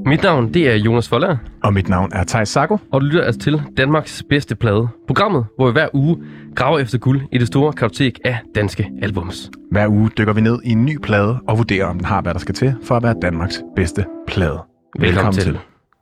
Mit navn, det er Jonas Folder. Og mit navn er Thijs Sacco. Og du lytter altså til Danmarks bedste plade. Programmet, hvor vi hver uge graver efter guld i det store kartotek af danske albums. Hver uge dykker vi ned i en ny plade og vurderer, om den har, hvad der skal til for at være Danmarks bedste plade. Velkommen til.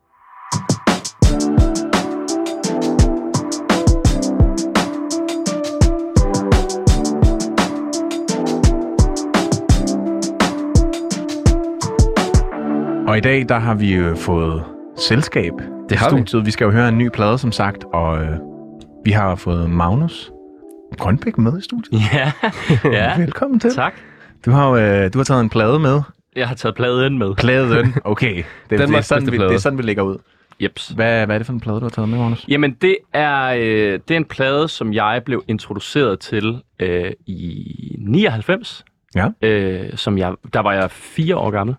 Og i dag, der har vi jo fået selskab Det har studiet. Vi skal jo høre en ny plade, som sagt, og vi har fået Magnus Grønbæk med i studiet. Ja. Velkommen til. Tak. Du har taget en plade med. Jeg har taget pladen med. Pladen, okay. Det er sådan, vi lægger ud. Jeps. Hvad er det for en plade, du har taget med, Magnus? Jamen, det er en plade, som jeg blev introduceret til i 99. Ja. Der var jeg 4 år gammel.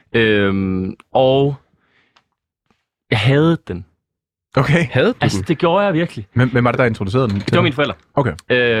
Og jeg havde den. Okay. Havde du Altså, den? det gjorde jeg virkelig. Hvem var det, der introducerede den? Det var mine forældre. Okay.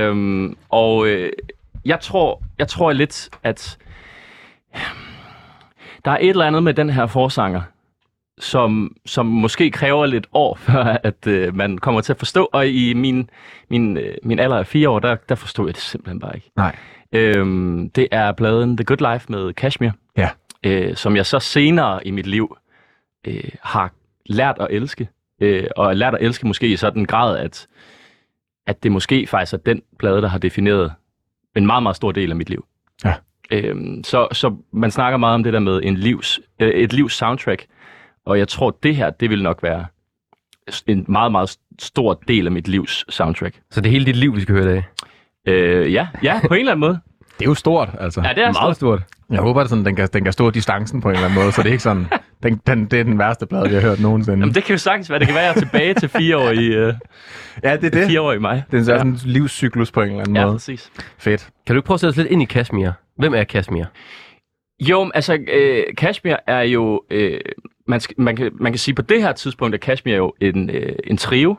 Jeg tror lidt, at der er et eller andet med den her forsanger, som måske kræver lidt år, før at man kommer til at forstå. Og i min alder af 4 år, der forstod jeg det simpelthen bare ikke. Nej. Det er pladen The Good Life med Kashmir. Ja. Som jeg så senere i mit liv har lært at elske. Og lært at elske måske i sådan en grad, at det måske faktisk er den plade, der har defineret en meget, meget stor del af mit liv. Ja. Så man snakker meget om det der med et livs soundtrack, og jeg tror, det her, det vil nok være en meget, meget stor del af mit livs soundtrack. Så det er hele dit liv, vi skal høre i dag? Ja, på en eller anden måde. Det er jo stort, altså. Ja, det er meget stort. Jeg håber, at den kan stå distancen på en eller anden måde, så det er ikke sådan, det er den værste plade, vi har hørt nogensinde. Jamen, det kan jo sagtens være. Det kan være, at jeg er tilbage til 4 år i ja, det er det. 4 år i mig. Det er sådan en livscyklus på en eller anden Ja, måde. præcis. Fedt. Kan du ikke prøve at sætte os lidt ind i Kashmir? Hvem er Kashmir? Jo, altså, Kashmir er jo... Man kan sige, på det her tidspunkt, at Kashmir er jo en trio,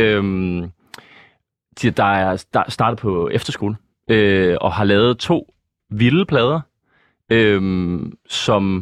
der er startet på efterskole, og har lavet 2 vilde plader, som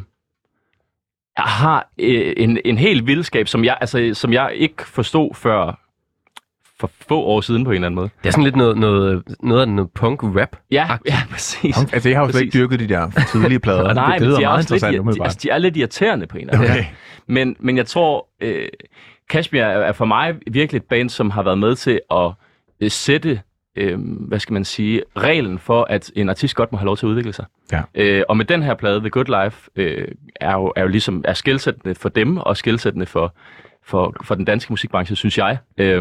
har en helt vildskab, som jeg ikke forstod før for få år siden på en eller anden måde. Det er sådan lidt noget af noget punk-rap. Ja, præcis. Altså, jeg har jo slet ikke dyrket de der tidlige plader. Nej, det lyder de er meget også interessant. de er lidt irriterende på en eller anden måde. Men jeg tror, Kashmir er for mig virkelig et band, som har været med til at sætte, hvad skal man sige, reglen for, at en artist godt må have lov til at udvikle sig. Ja. Og med den her plade, The Good Life, er jo ligesom skelsættende for dem, og skelsættende for den danske musikbranche, synes jeg.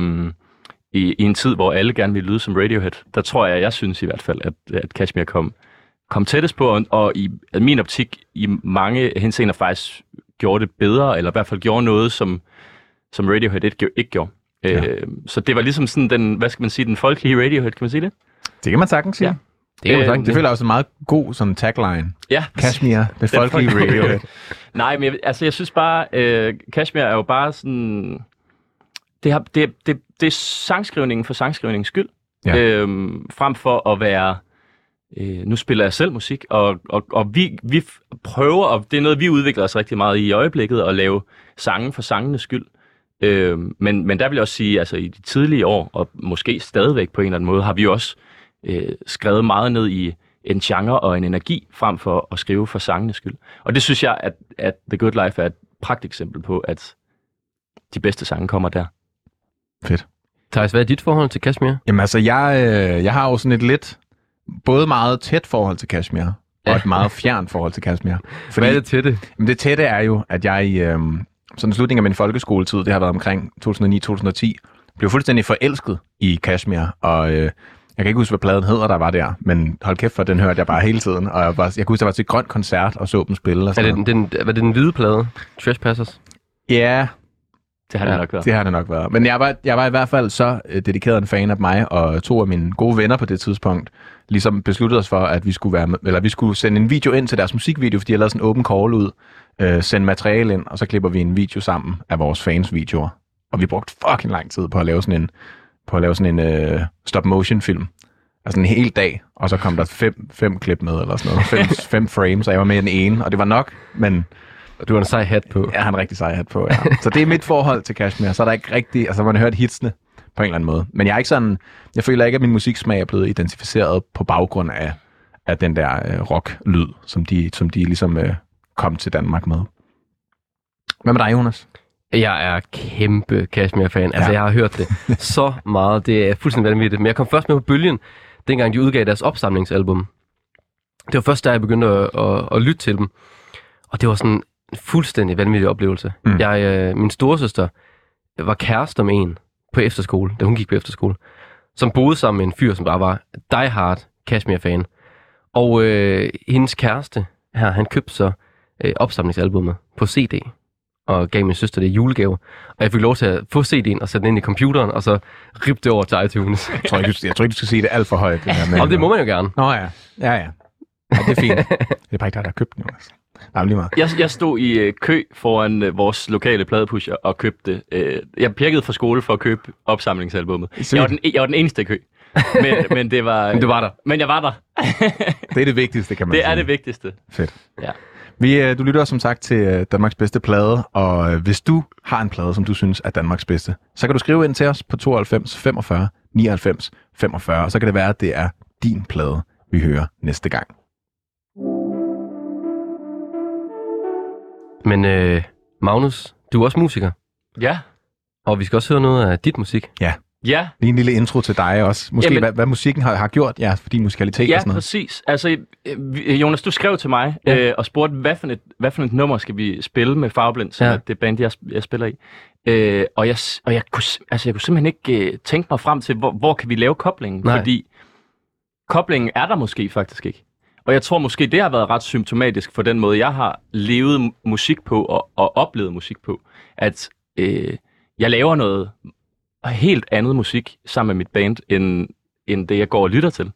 I en tid, hvor alle gerne vil lyde som Radiohead, der tror jeg synes i hvert fald, at Kashmir kom tættest på, og i min optik i mange henseender faktisk gjorde det bedre, eller i hvert fald gjorde noget, som Radiohead ikke gjorde. Ja. Så det var ligesom sådan den, hvad skal man sige, den folkelige Radiohead, kan man sige det? Det kan man sagtens sige. Ja. Det føler også en meget god sådan tagline. Ja. Kashmir, det folkelige Radiohead. Nej, men jeg synes bare, Kashmir er jo bare sådan... Det er sangskrivningen for sangskrivningens skyld. Ja. Frem for at være... nu spiller jeg selv musik, og vi prøver, og det er noget, vi udvikler os rigtig meget i øjeblikket, at lave sange for sangenes skyld. Men der vil jeg også sige, altså i de tidlige år, og måske stadigvæk på en eller anden måde, har vi også skrevet meget ned i en genre og en energi, frem for at skrive for sangenes skyld. Og det synes jeg, at The Good Life er et pragteksempel på, at de bedste sange kommer der. Fedt. Thijs, hvad er dit forhold til Kashmir? Jamen altså, jeg har jo sådan et lidt, både meget tæt forhold til Kashmir, og et meget fjernt forhold til Kashmir. Fordi, hvad er det tætte? Jamen det tætte er jo, at jeg i sådan slutningen af min folkeskoletid, det har været omkring 2009-2010, blev fuldstændig forelsket i Kashmir, og jeg kan ikke huske, hvad pladen hedder, der var der, men hold kæft for, den hørte jeg bare hele tiden, og jeg kunne huske, der var til et grønt koncert og så dem spille. Og sådan var det den hvide plade? Trespassers? Ja, det har det nok været. Det har det nok været. Men jeg var i hvert fald så dedikeret en fan af mig, og 2 af mine gode venner på det tidspunkt ligesom besluttede os for, at vi skulle sende en video ind til deres musikvideo, fordi jeg lavede sådan en open call ud, sende materiale ind, og så klipper vi en video sammen af vores fans videoer. Og vi brugte fucking lang tid på at lave sådan en stop motion film. Altså en hel dag, og så kom der fem klip med, eller sådan noget. 5 frames, og jeg var med i den ene, og det var nok, men Og du har en sej hat på. Jeg har en rigtig sej hat på, ja. Så det er mit forhold til Kashmir. Så er der ikke rigtig... Altså, man har hørt hitsene på en eller anden måde. Men jeg er ikke sådan... Jeg føler ikke, at min musiksmag er blevet identificeret på baggrund af den der rock-lyd, som de ligesom kom til Danmark med. Hvad med dig, Jonas? Jeg er kæmpe Kashmir-fan. Altså, jeg har hørt det så meget. Det er fuldstændig vanvittigt. Men jeg kom først med på bølgen, dengang de udgav deres opsamlingsalbum. Det var først, da jeg begyndte at lytte til dem. Og det var sådan en fuldstændig vanvittig oplevelse. Min storesøster var kærester med en på efterskole, da hun gik på efterskole, som boede sammen med en fyr, som bare var die-hard Kashmir-fan. Og hendes kæreste her, han købte så opsamlingsalbummet på CD, og gav min søster det i julegave. Og jeg fik lov til at få CD'en og sætte den ind i computeren, og så rippe det over til iTunes. Jeg tror ikke, du skal sige det alt for højt. Det må man jo gerne. Nå ja. Ja, det er fint. Det er bare ikke der har købt den, Jonas. Nej, lige meget. Jeg stod i kø foran vores lokale pladepusher og købte... jeg pirkede fra skole for at købe opsamlingsalbummet. Jeg var den eneste i kø. Men det var... Men du var der. Men jeg var der. Det er det vigtigste, kan man sige. Det er det vigtigste. Fedt. Ja. Du lytter som sagt til Danmarks bedste plade, og hvis du har en plade, som du synes er Danmarks bedste, så kan du skrive ind til os på 92 45 99 45, og så kan det være, at det er din plade, vi hører næste gang. Men Magnus, du er også musiker. Ja. Og vi skal også høre noget af dit musik. Ja. Ja. Lige en lille intro til dig også. Måske hvad musikken har gjort for din musikalitet og sådan noget. Ja, præcis. Altså, Jonas, du skrev til mig og spurgte, hvad for et nummer skal vi spille med Farveblind, som er det band, jeg spiller i. Og jeg kunne simpelthen ikke tænke mig frem til, hvor kan vi lave koblingen? Nej. Fordi koblingen er der måske faktisk ikke. Og jeg tror måske, det har været ret symptomatisk for den måde, jeg har levet musik på og oplevet musik på. At jeg laver noget helt andet musik sammen med mit band, end det, jeg går og lytter til.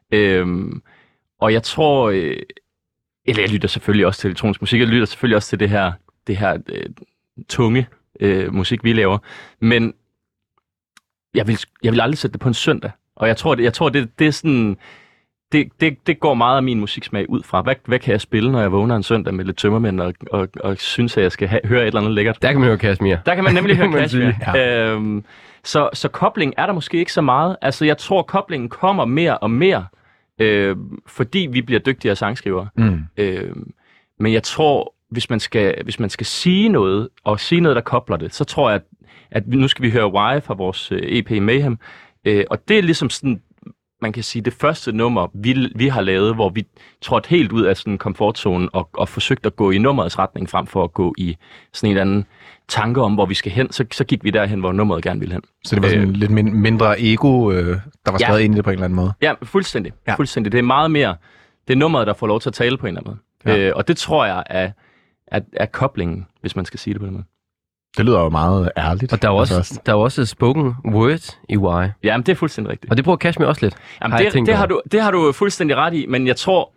Og jeg tror... eller jeg lytter selvfølgelig også til elektronisk musik. Jeg lytter selvfølgelig også til det her tunge musik, vi laver. Men jeg vil aldrig sætte det på en søndag. Og jeg tror, det er sådan... Det går meget af min musiksmag ud fra. Hvad kan jeg spille, når jeg vågner en søndag med lidt tømmermænd og synes, at jeg skal høre et eller andet lækkert? Der kan man høre Kashmir. Der kan man nemlig høre Kashmir. Ja. Så kobling er der måske ikke så meget. Altså, jeg tror, koblingen kommer mere og mere, fordi vi bliver dygtigere sangskrivere. Men jeg tror, hvis man skal sige noget, og sige noget, der kobler det, så tror jeg, at nu skal vi høre Why fra vores EP Mayhem. Og det er ligesom sådan... Man kan sige, det første nummer, vi har lavet, hvor vi trådte helt ud af sådan en komfortzone og forsøgte at gå i nummerets retning, frem for at gå i sådan en eller anden tanke om, hvor vi skal hen, så gik vi derhen, hvor nummeret gerne ville hen. Så det var sådan lidt mindre ego, der var skrevet ind i det på en eller anden måde? Ja, fuldstændig. Ja. Fuldstændig. Det er meget mere, det er nummeret, der får lov til at tale på en eller anden måde. Ja. Og det tror jeg er koblingen, hvis man skal sige det på den måde. Det lyder jo meget ærligt. Og der er også spoken word i Why. Ja, men det er fuldstændig rigtigt. Og det bruger Kashmir også lidt. Jamen, det har du fuldstændig ret i, men jeg tror...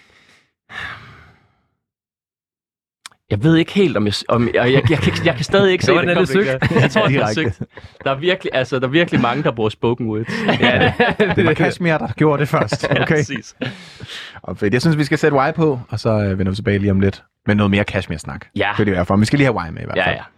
Jeg ved ikke helt, om jeg kan stadig ikke se det. Jeg tror, det er sygt. Der er virkelig mange, der bruger spoken words. Ja, det var Kashmir, der gjorde det først. Okay. Ja, præcis. Og fedt. Jeg synes, vi skal sætte Why på, og så vender vi tilbage lige om lidt med noget mere Kashmir-snak. Ja. Det er det i hvert fald. Vi skal lige have Why med i hvert fald. Ja.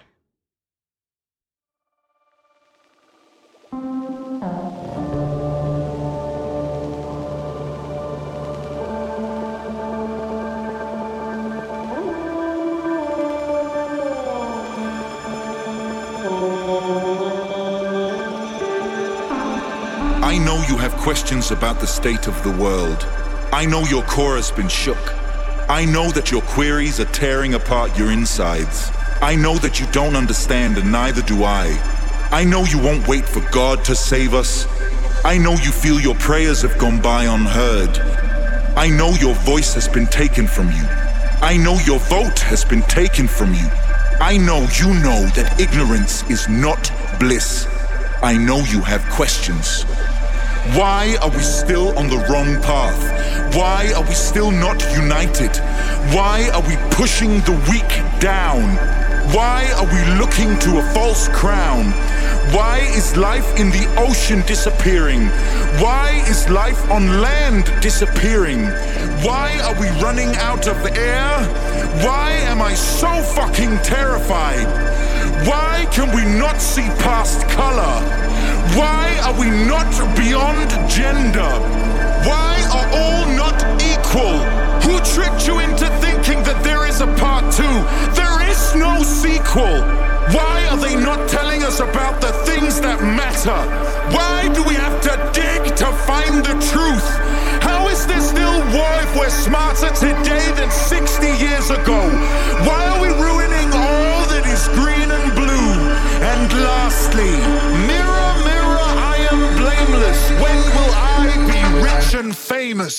I know you have questions about the state of the world. I know your core has been shook. I know that your queries are tearing apart your insides. I know that you don't understand, and neither do I. I know you won't wait for God to save us. I know you feel your prayers have gone by unheard. I know your voice has been taken from you. I know your vote has been taken from you. I know you know that ignorance is not bliss. I know you have questions. Why are we still on the wrong path? Why are we still not united? Why are we pushing the weak down? Why are we looking to a false crown? Why is life in the ocean disappearing? Why is life on land disappearing? Why are we running out of air? Why am I so fucking terrified? Why can we not see past color? Why are we not beyond gender? Why are all not equal? Who tricked you into thinking that there is a part 2? There is no sequel. Why are they not telling us about the things that matter? Why do we have to dig to find the truth? How is there still war if we're smarter today than 60 years ago? Why are we ruining all that is green and blue? And lastly, mirror, mirror, I am blameless. When will I be rich and famous?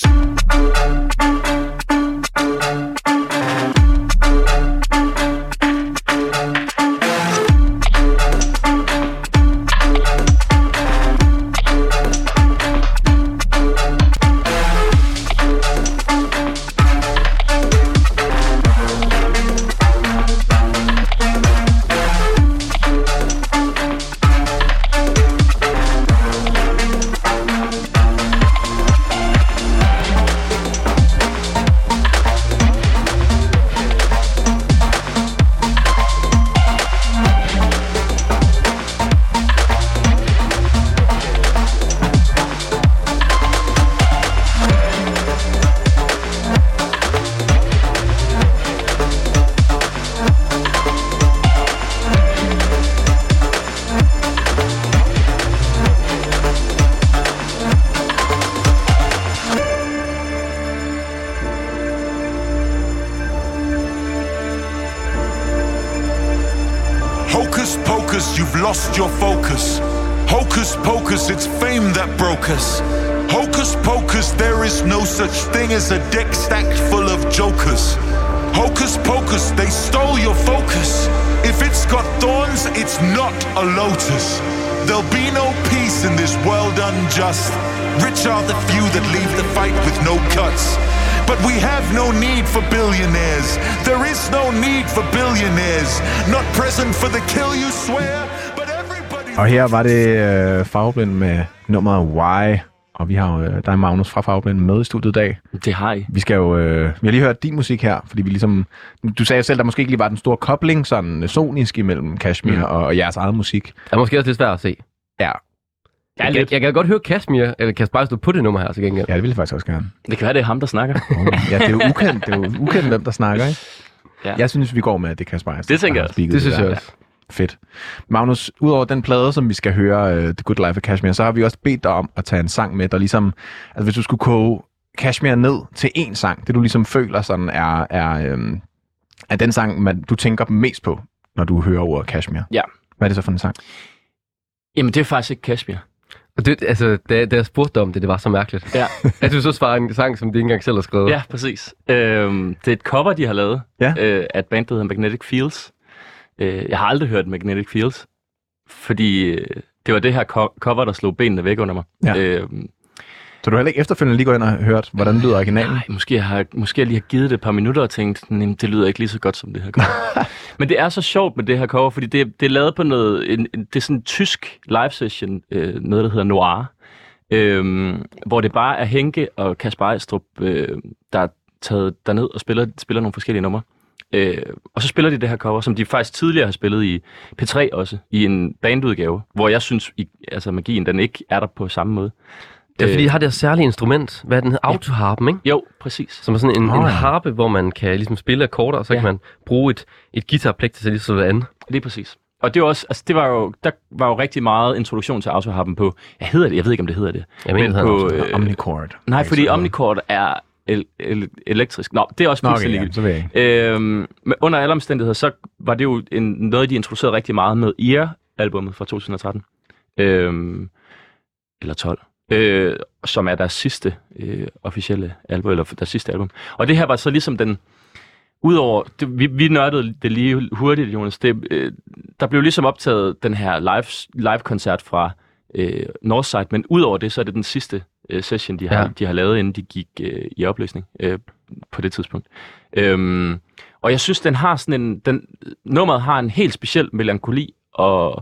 Hocus pocus, you've lost your focus. Hocus pocus, it's fame that broke us. Hocus pocus, there is no such thing as a deck stacked full of jokers. Hocus pocus, they stole your focus. If it's got thorns, it's not a lotus. There'll be no peace in this world unjust. Rich are the few that leave the fight with no cuts. But we have no need for billionaires. There is no need for billionaires. Not present for the kill you swear, but everybody... Og her var det Farveblind med nummeret Why. Og vi har jo dig, Magnus, fra Farveblind med i studiet i dag. Det har I. Vi skal jo... vi har lige hørt din musik her, fordi vi ligesom... Du sagde jo selv, der måske ikke lige var den store kobling, sådan sonisk imellem Kashmir og jeres eget musik. Det er måske også lidt svært at se. Ja. Jeg kan godt høre Kashmir, eller Kasper stå på det nummer her, så gengæld. Ja, det vil jeg faktisk også gerne. Det kan være, det er ham, der snakker. Ja, det er jo ukendt. Det er jo ukendt, hvem der snakker, ikke? Ja. Jeg synes, vi går med, at det er Kasper Ejstrup. Det tænker jeg. Det synes jeg også. Fedt. Magnus, udover den plade, som vi skal høre, The Good Life of Kashmir, så har vi også bedt dig om at tage en sang med, der ligesom... Altså, hvis du skulle koge Kashmir ned til én sang, det du ligesom føler sådan er den sang, du tænker mest på, når du hører ordet Kashmir. Ja. Hvad er det så for en sang? Jamen, det er faktisk ikke Kashmir. Og det, altså, da jeg spurgte om det, det var så mærkeligt. Ja. At du så svarer en sang, som de ikke engang selv har skrevet. Ja, præcis. Det er et cover, de har lavet af et band, der hedder Magnetic Fields. Jeg har aldrig hørt Magnetic Fields, fordi det var det her cover, der slog benene væk under mig. Ja. Så du har heller ikke efterfølgende lige gået ind og hørt, hvordan lyder originalen? Nej, måske jeg lige har givet det et par minutter og tænkt, det lyder ikke lige så godt som det her cover. Men det er så sjovt med det her cover, fordi det er lavet på noget, det er sådan en tysk live session, noget der hedder Noir, hvor det bare er Henke og Kasper Ejstrup, der er taget derned og spiller nogle forskellige numre. Og så spiller de det her cover, som de faktisk tidligere har spillet i P3 også, i en bandudgave, hvor jeg synes, altså magien, den ikke er der på samme måde. Det er fordi, de har det her særlige instrument. Hvad er den hedder? Autoharpen, ikke? Jo, præcis. Som er sådan en harpe, hvor man kan ligesom spille akkorder, og så kan man bruge et guitarplæk til at slå det andet. Lige præcis. Og det var også, altså der var jo rigtig meget introduktion til autoharpen på, jeg ved ikke, om det hedder det. Jeg mener, på Omnichord. Nej, fordi Omnichord er elektrisk. Nå, det er også fuldstændig så ved jeg ikke. Men under alle omstændigheder, så var det jo noget, de introducerede rigtig meget med Ear-albummet fra 2013. Eller 12. Som er deres sidste officielle album, eller deres sidste album. Og det her var så ligesom den... Udover... Vi nørdede det lige hurtigt, Jonas. Der blev ligesom optaget den her live-koncert fra Northside, men udover det, så er det den sidste session, de har lavet, inden de gik i opløsning. på det tidspunkt. Og jeg synes, den har sådan nummeret har en helt speciel melankoli og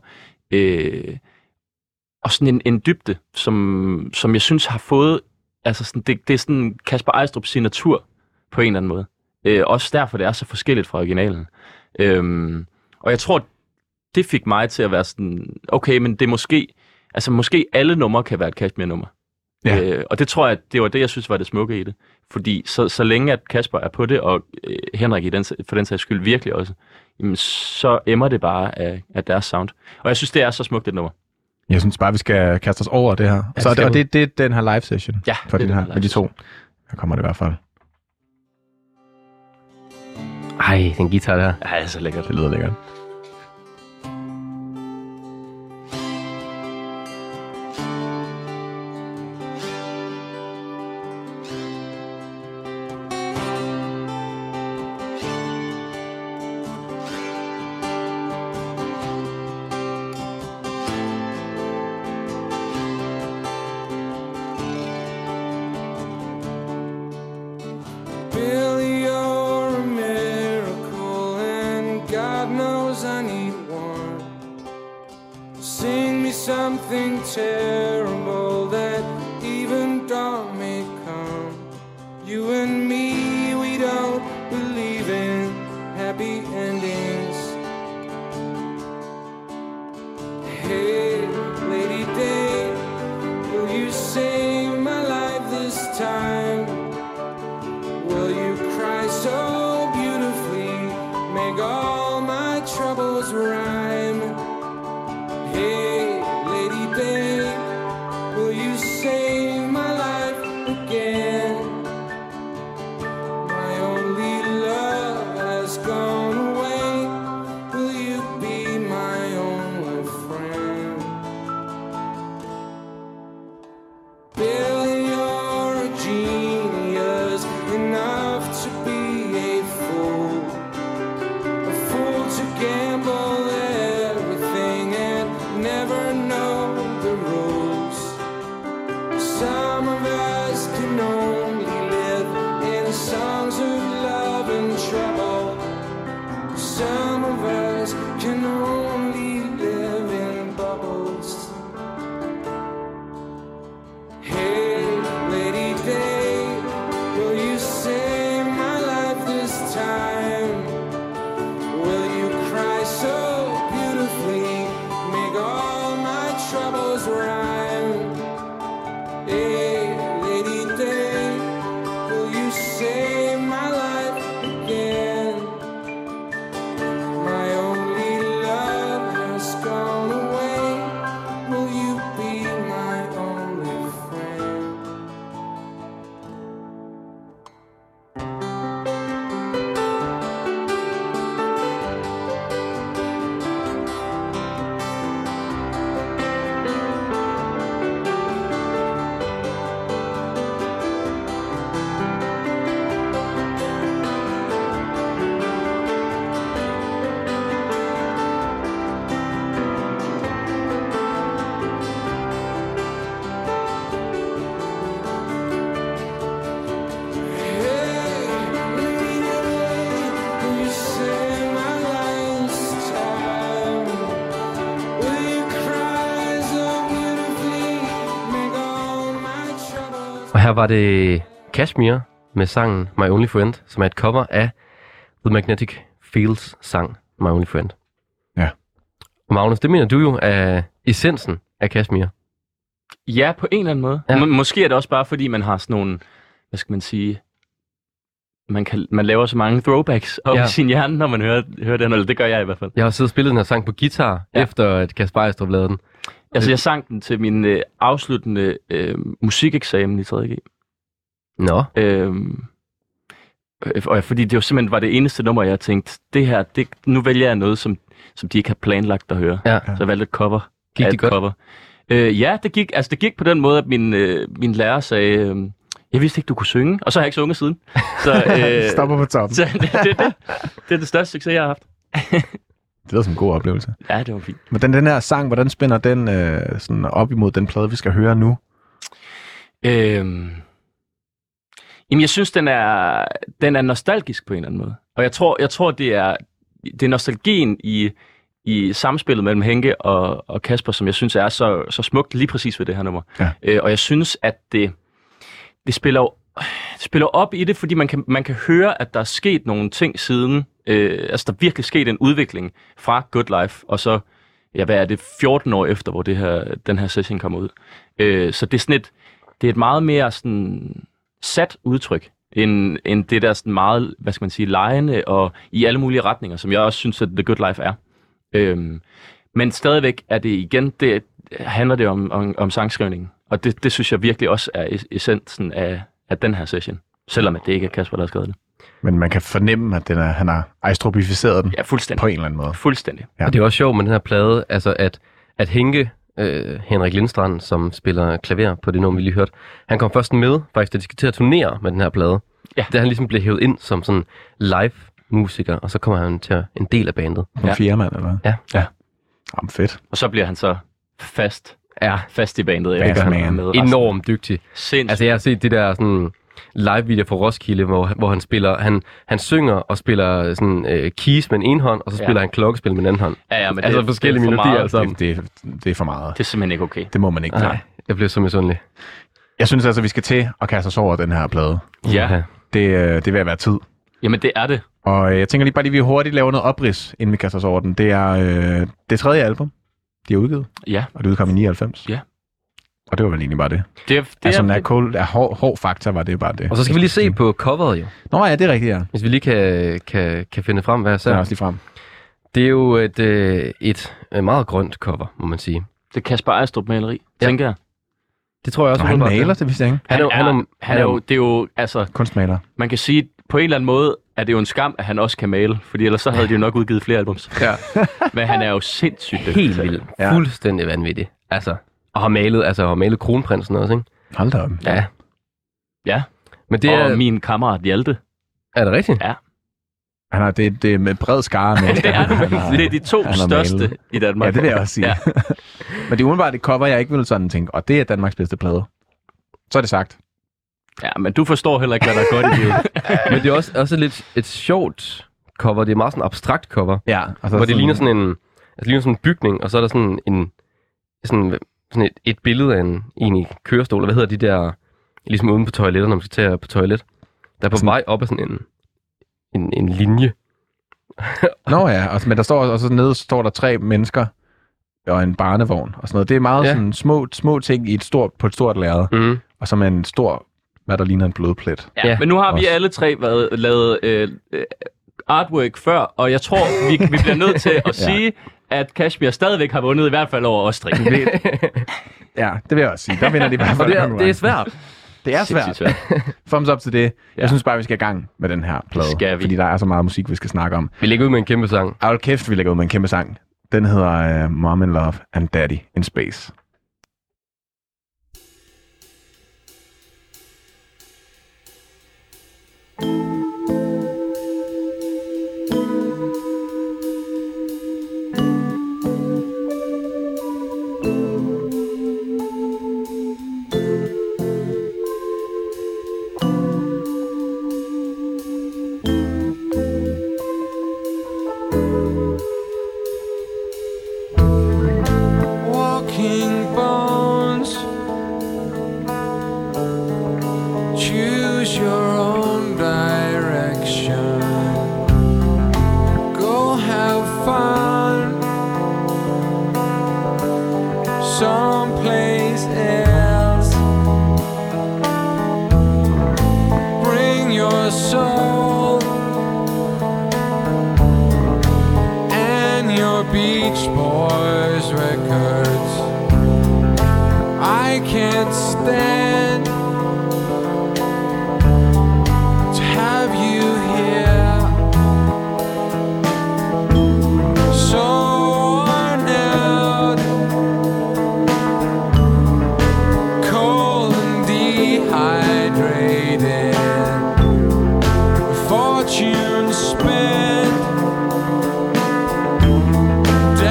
sådan en dybde, som jeg synes har fået, altså sådan, det er sådan Kasper Eistrups signatur på en eller anden måde. Også derfor, det er så forskelligt fra originalen. Og jeg tror, det fik mig til at være sådan, okay, men det er måske alle numre kan være et Kashmir-nummer. Ja. Og det tror jeg, det var det, jeg synes var det smukke i det. Fordi så længe at Kasper er på det, og Henrik for den sags skyld virkelig også, jamen, så emmer det bare af deres sound. Og jeg synes, det er så smukt et nummer. Jeg synes bare, vi skal kaste os over det her. Ja, så det er den her live session for det her, med de to. Her kommer det i hvert fald. Ej, den guitar der. Ja, det er så lækkert. Det lyder lækkert. Her var det Kashmir med sangen My Only Friend, som er et cover af The Magnetic Fields sang My Only Friend. Ja. Og Magnus, det mener du jo er essensen af Kashmir. Ja, på en eller anden måde. Ja. Måske er det også bare, fordi man har sådan nogle, hvad skal man sige, man laver så mange throwbacks op i sin hjerne, når man hører den, eller det gør jeg i hvert fald. Jeg har siddet og spillet den her sang på guitar, efter at Kasper Eistrup lavede den. Altså, jeg sang den til min afsluttende musikeksamen i 3.G. Nå. Fordi det jo simpelthen var det eneste nummer, jeg tænkte, det her, nu vælger jeg noget, som de ikke har planlagt at høre. Ja. Så jeg valgte et cover. Gik det godt? Cover. Ja, det gik på den måde, at min lærer sagde, jeg vidste ikke, du kunne synge, og så har jeg ikke sunget siden. Så, stopper på toppen. Det er det største succes, jeg har haft. Det var sådan en god oplevelse. Ja, det var fint. Men den her sang, hvordan spænder den sådan op imod den plade, vi skal høre nu? Jamen, jeg synes, den er nostalgisk på en eller anden måde. Og jeg tror det er nostalgien i samspillet mellem Henke og Kasper, som jeg synes er så smukt lige præcis ved det her nummer. Ja. Og jeg synes, at det spiller op i det, fordi man kan høre, at der er sket nogle ting siden. Altså, der er virkelig sket en udvikling fra Good Life, og så, hvad er det, 14 år efter, hvor den her session kommer ud. Så det er sådan det er et meget mere sådan sat udtryk, end det der sådan meget, hvad skal man sige, legende og i alle mulige retninger, som jeg også synes, at The Good Life er. Men stadigvæk er det igen, handler det om sangskrivningen. Og det synes jeg virkelig også er essensen af den her session. Selvom det ikke er Kasper, der har skrevet det. Men man kan fornemme, at han har ejstropificeret den på en eller anden måde. Fuldstændig. Ja. Og det er også sjovt med den her plade, altså at Henke, Henrik Lindstrand, som spiller klaver på det nummer, vi lige hørte, han kom først med, faktisk, da de skal til at turnere med den her plade. Ja. Da han ligesom blev hævet ind som sådan live-musiker, og så kommer han til en del af bandet. Som firemand, eller hvad? Ja. Jamen, fedt. Og så bliver han så fast i bandet. Enormt dygtig. Sindssygt. Altså, jeg har set det der sådan live-video fra Roskilde, hvor han spiller, han synger og spiller sådan keys med en ene hånd, og så spiller han klokkespil med en anden hånd. Ja, men altså forskellige melodier altså. Det er for meget. Det er simpelthen ikke okay. Det må man ikke. Nej, jeg bliver så misundelig. Jeg synes altså, vi skal til at kaste os over den her plade. Ja. Det vil være tid. Jamen, det er det. Og jeg tænker lige, vi hurtigt laver noget oprids, inden vi kaster os over den. Det er det 3. album, de har udgivet. Ja. Og det udkom i 99. Ja. Og det var vel egentlig bare det. Hård fakta var det bare det. Og så skal vi lige se på coveret jo. Nå ja, det er rigtigt, ja. Hvis vi lige kan finde frem, hvad jeg ser. Det er også lige frem. Det er jo et meget grønt cover, må man sige. Det er Kasper Ejstrup maleri, tænker jeg. Det tror jeg også. Og han maler det, hvis jeg ikke. Han er jo, det er jo, altså... Kunstmaler. Man kan sige, på en eller anden måde er det jo en skam, at han også kan male, fordi ellers så havde de jo nok udgivet flere albums. Ja. Men han er jo sindssygt dygtig. Helt vildt. Ja. Fuldstændig vanvittig. Altså, og har malet Kronprinsen også, ikke? Hold da op. Ja. Ja. Men det og min kammerat Hjalte. Er det rigtigt? Ja. Han har det med bred skare med. Det er de 2 største i Danmark. Ja, det vil jeg også sige. Ja. Men det er umiddelbart et cover, jeg ikke ville sådan tænke, og det er Danmarks bedste plade. Så er det sagt. Ja, men du forstår heller ikke, hvad der er godt i livet. Men det er også lidt et sjovt cover. Det er meget sådan en abstrakt cover. Ja. Altså hvor det ligner sådan en bygning, og så er der sådan et billede af en kørestol. Hvad hedder de der, ligesom uden på toiletter, når man skal tage på toilet. Der er på vej op af sådan en linje. Nå ja, men der står også nede står der 3 mennesker og en barnevogn og sådan noget. Det er meget sådan små ting på et stort lærred. Og så med en stor, hvad der ligner en blodplet. Ja, men nu har vi alle 3 lavet artwork før, og jeg tror, vi bliver nødt til at sige, at Kashmir stadigvæk har vundet, i hvert fald over os 3. Ja, det vil jeg også sige. Der vinder de i hvert fald. Det er svært. Det er svært. Thumbs up til det. Jeg synes bare, vi skal i gang med den her plade. Fordi der er så meget musik, vi skal snakke om. Vi lægger ud med en kæmpe sang. Hold kæft, vi lægger ud med en kæmpe sang. Den hedder Mom in Love and Daddy in Space.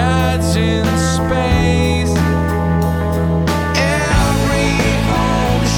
Every home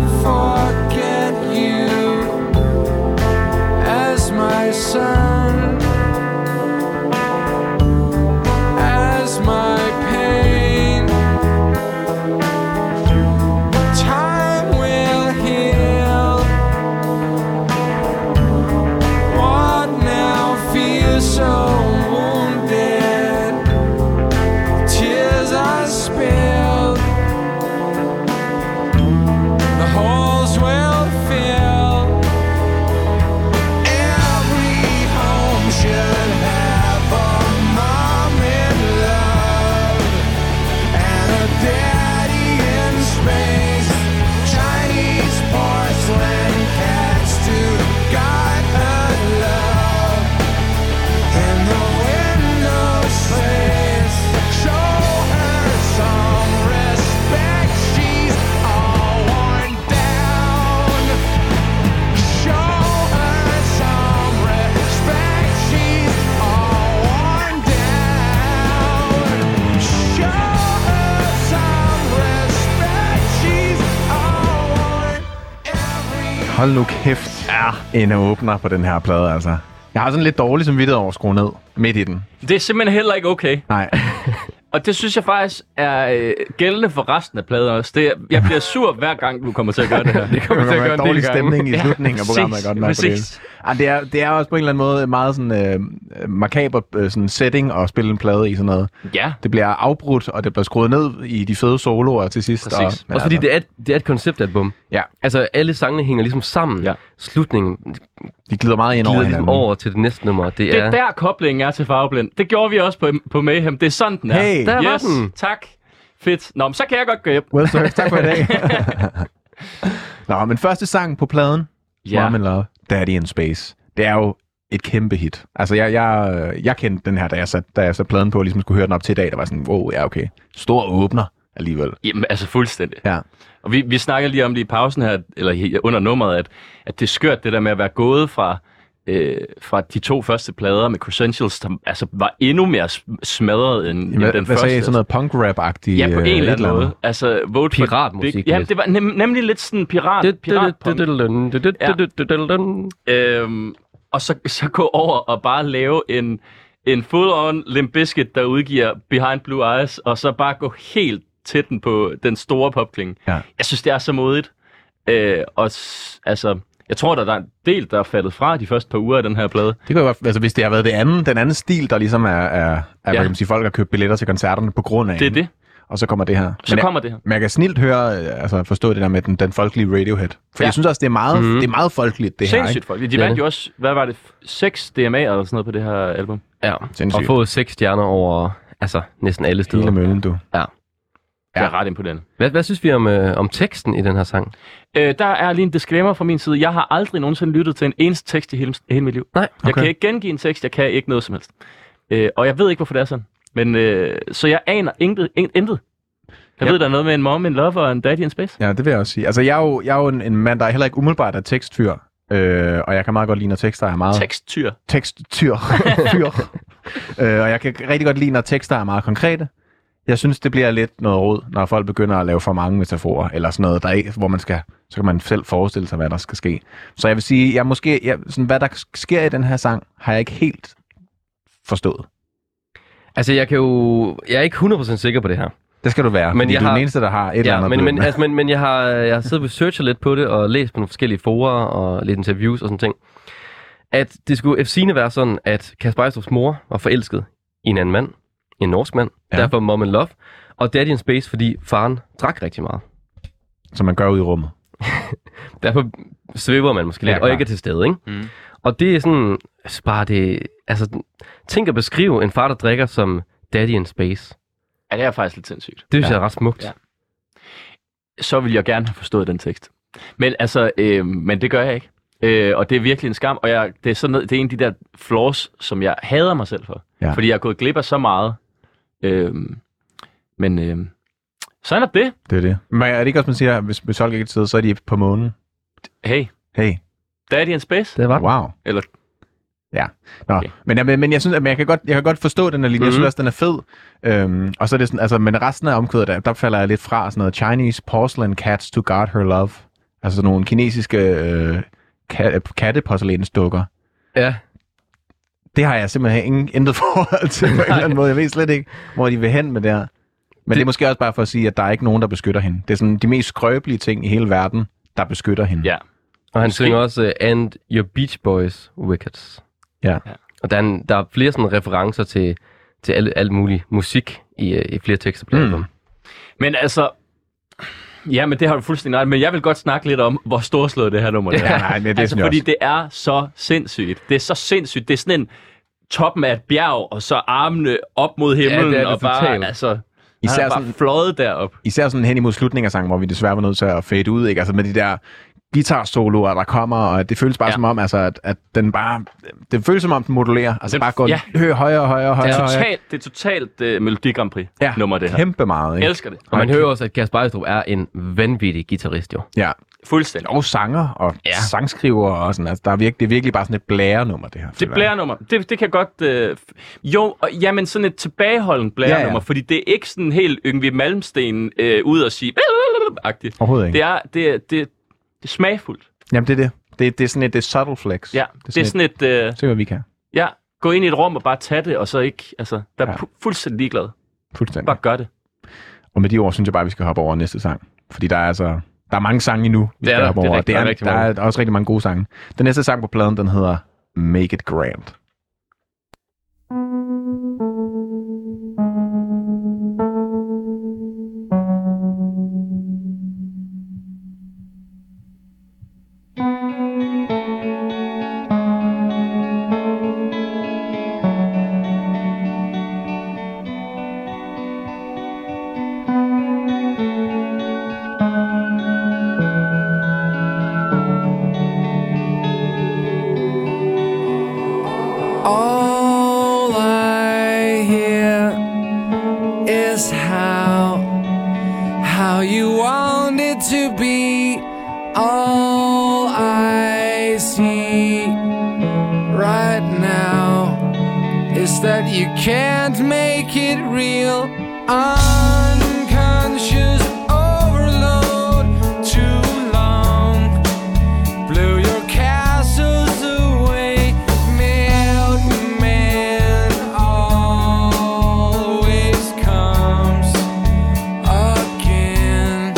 forget you as my son, as my pain. Time will heal what now feels so wounded. Tears are spilled, the holes will fill. Every home should have a mom in love and a daddy in space. Chinese porcelain cats to guide her love in the window space. Show her some respect, she's all worn down. Show her some respect, she's all worn down. Show her some respect, she's all worn. Hold nu kæft. En åbner på den her plade, altså. Jeg har sådan lidt dårlig samvittighed over at skrue ned midt i den. Det er simpelthen heller ikke okay. Nej. Og det synes jeg faktisk er gældende for resten af pladen også. Jeg bliver sur hver gang, du kommer til at gøre det her. Det kommer til at gøre en dårlig del gange. stemning i slutningen af programmet. Jeg godt mærke på det. Det er også på en eller anden måde meget sådan makaber sådan setting at spille en plade i sådan noget. Ja. Det bliver afbrudt, og det bliver skruet ned i de fede soloer til sidst. Præcis. Og, Også fordi det er et konceptalbum. Ja. Altså, alle sangene hænger ligesom sammen. Ja. Slutningen De glider meget ind over glider hinanden. ligesom over til det næste nummer. Det er der koblingen er til Farveblind. Det gjorde vi også på Mayhem. Det er sådan, den er. Hey. Der var Yes, den. tak. Fedt. Nå, men så kan jeg godt gå hjem. Well, sir. Tak for i dag. Nå, men første sang på pladen, Ja. Mom in Love, Daddy in Space, det er jo et kæmpe hit. Altså, jeg kendte den her, da jeg satte pladen på, og ligesom skulle høre den op til i dag, der var sådan, wow, ja, okay. Stor åbner alligevel. Jamen, altså fuldstændig. Ja. Og vi snakker lige om det i pausen her, eller under nummeret, at det er skørt, det der med at være gået fra de to første plader med Credentials, som altså var endnu mere smadret end den Hvad første. sagde I? Sådan noget punk-rap-agtigt? Ja, på en eller anden måde. Altså, vote for Piratmusik Ja, lidt. det var nemlig lidt sådan piratpunk. Og så gå over og bare lave en full-on Limp Bizkit, der udgiver Behind Blue Eyes, og så bare gå helt til den på den store popklinge. Ja. Jeg synes, det er så modigt. Altså, jeg tror, der er en del, der er faldet fra de første par uger af den her plade. Det kan jo godt, altså hvis det har været den anden stil, der ligesom hvad kan man sige, folk har købt billetter til koncerterne på grund af. Det er det. Og så kommer det her. Kommer det her. Men jeg kan snilt høre, forstå det der med den folkelige Radiohead. For jeg synes også, det er meget, det er meget folkeligt, det her. Sindssygt folkeligt. De vandt jo også, hvad var det, 6 DMA'er eller sådan noget på det her album. Ja, Sindssygt. og fået 6 stjerner over næsten alle steder. Hele møllen, du. Ja. Det er ret imponerende. Hvad synes vi om teksten i den her sang? Der er lige en disclaimer fra min side. Jeg har aldrig nogensinde lyttet til en eneste tekst i hele mit liv. Nej, Jeg kan ikke gengive en tekst, jeg kan ikke noget som helst. Og jeg ved ikke, hvorfor det er sådan. Men, så jeg aner intet. Jeg ved, der er noget med en mom in love og en daddy in space. Ja, det vil jeg også sige. Altså, jeg er jo en mand, der er heller ikke umiddelbart er tekstfyr. Og jeg kan meget godt lide, når tekster er meget... Teksttyr. Teksttyr. Fyr. Og jeg kan rigtig godt lide, når tekster er meget konkrete. Jeg synes, det bliver lidt noget rod, når folk begynder at lave for mange metaforer, eller sådan noget, der ikke, hvor så kan man selv forestille sig, hvad der skal ske. Så jeg vil sige, sådan, hvad der sker i den her sang, har jeg ikke helt forstået. Altså, jeg er ikke 100% sikker på det her. Det skal du være, men fordi jeg du er har, den eneste, der har et eller andet. Men jeg har siddet og researchet lidt på det, og læst på nogle forskellige forer og lidt interviews og sådan ting. At det skulle efsigende være sådan, at Kasper Ejstrup's mor var forelsket i en anden mand, en norsk mand, derfor Mom in Love, og Daddy in Space, fordi faren drak rigtig meget. Som man gør ud i rummet. Derfor svæver man måske lidt, og ikke er til stede, ikke? Mm. Og det er sådan, bare det, altså, tænk at beskrive en far, der drikker som Daddy in Space. Ja, det er faktisk lidt sindssygt. Det synes jeg er ret smukt. Ja. Så vil jeg gerne have forstået den tekst. Men altså, men det gør jeg ikke. Og det er virkelig en skam, og det er en af de der flaws, som jeg hader mig selv for. Ja. Fordi jeg er gået glip af så meget. Men sådan er det. Det er det. Men er det ikke også, man siger, hvis folk ikke sidder, så er de på månen? Hey. Daddy in Space? Det var wow. Eller... Ja. Nå. Okay. Men jeg synes, at jeg kan godt forstå den her linje. Jeg synes også, den er fed. Og så er det sådan, altså, men resten af omkvædet, der falder jeg lidt fra sådan noget Chinese porcelain cats to guard her love. Altså sådan nogle kinesiske katteporcelænsdukker. Ja. Det har jeg simpelthen intet forhold til på en eller anden måde. Jeg ved slet ikke, hvor de vil hen med det her. Men det er måske også bare for at sige, at der er ikke nogen, der beskytter hende. Det er sådan de mest skrøbelige ting i hele verden, der beskytter hende. Ja. Og han synger også And Your Beach Boys Wickets. Ja. Og der er flere sådan referencer til alt mulig musik i flere tekster på albumet. Men altså... Ja, men det har du fuldstændig ret. Men jeg vil godt snakke lidt om, hvor storslået det her nummer er. Ja, nej, det altså, fordi det er så sindssygt. Det er så sindssygt. Det er sådan en toppen af et bjerg, og så armene op mod himlen, det er det og bare, totalt. altså... Især han er bare fløjet derop. Især sådan hen imod slutningen af sangen, hvor vi desværre var nødt til at fade ud, ikke? Altså med de der guitar-soloer, der kommer, og det føles bare som om, altså, at den bare... Det føles som om, den modulerer. Altså bare går højere. Det er totalt Melodi Grand Prix nummer, det her. Kæmpe meget, ikke? Jeg elsker det. Og man hører også, at Kasper Ejstrup er en vanvittig guitarist, jo. Ja. Fuldstændig. Og sanger og sangskriver og sådan. Altså, det er virkelig bare sådan et blærenummer, det her. Det er blærernummer. Det kan godt... men sådan et tilbageholdende blærernummer, fordi det er ikke sådan helt Yngwie Malmsteen ud og sige... agtigt. Overhovedet ikke. Det er smagfuldt. Jamen, det er det. Det er sådan et subtle flex. Ja, det er sådan et... Se, hvad vi kan. Ja, gå ind i et rum og bare tage det, og så ikke... Altså, der er fuldstændig ligeglad. Fuldstændig. Bare gør det. Og med de ord, synes jeg bare, vi skal hoppe over næste sang. Fordi der er mange sange endnu, vi skal hoppe over. Der er også rigtig mange gode sange. Den næste sang på pladen, den hedder Make It Grand. All I hear is how you want it to be. All I see right now is that you can't make it real. Unconscious overload, too long. Blew your castles away. Milkman always comes again.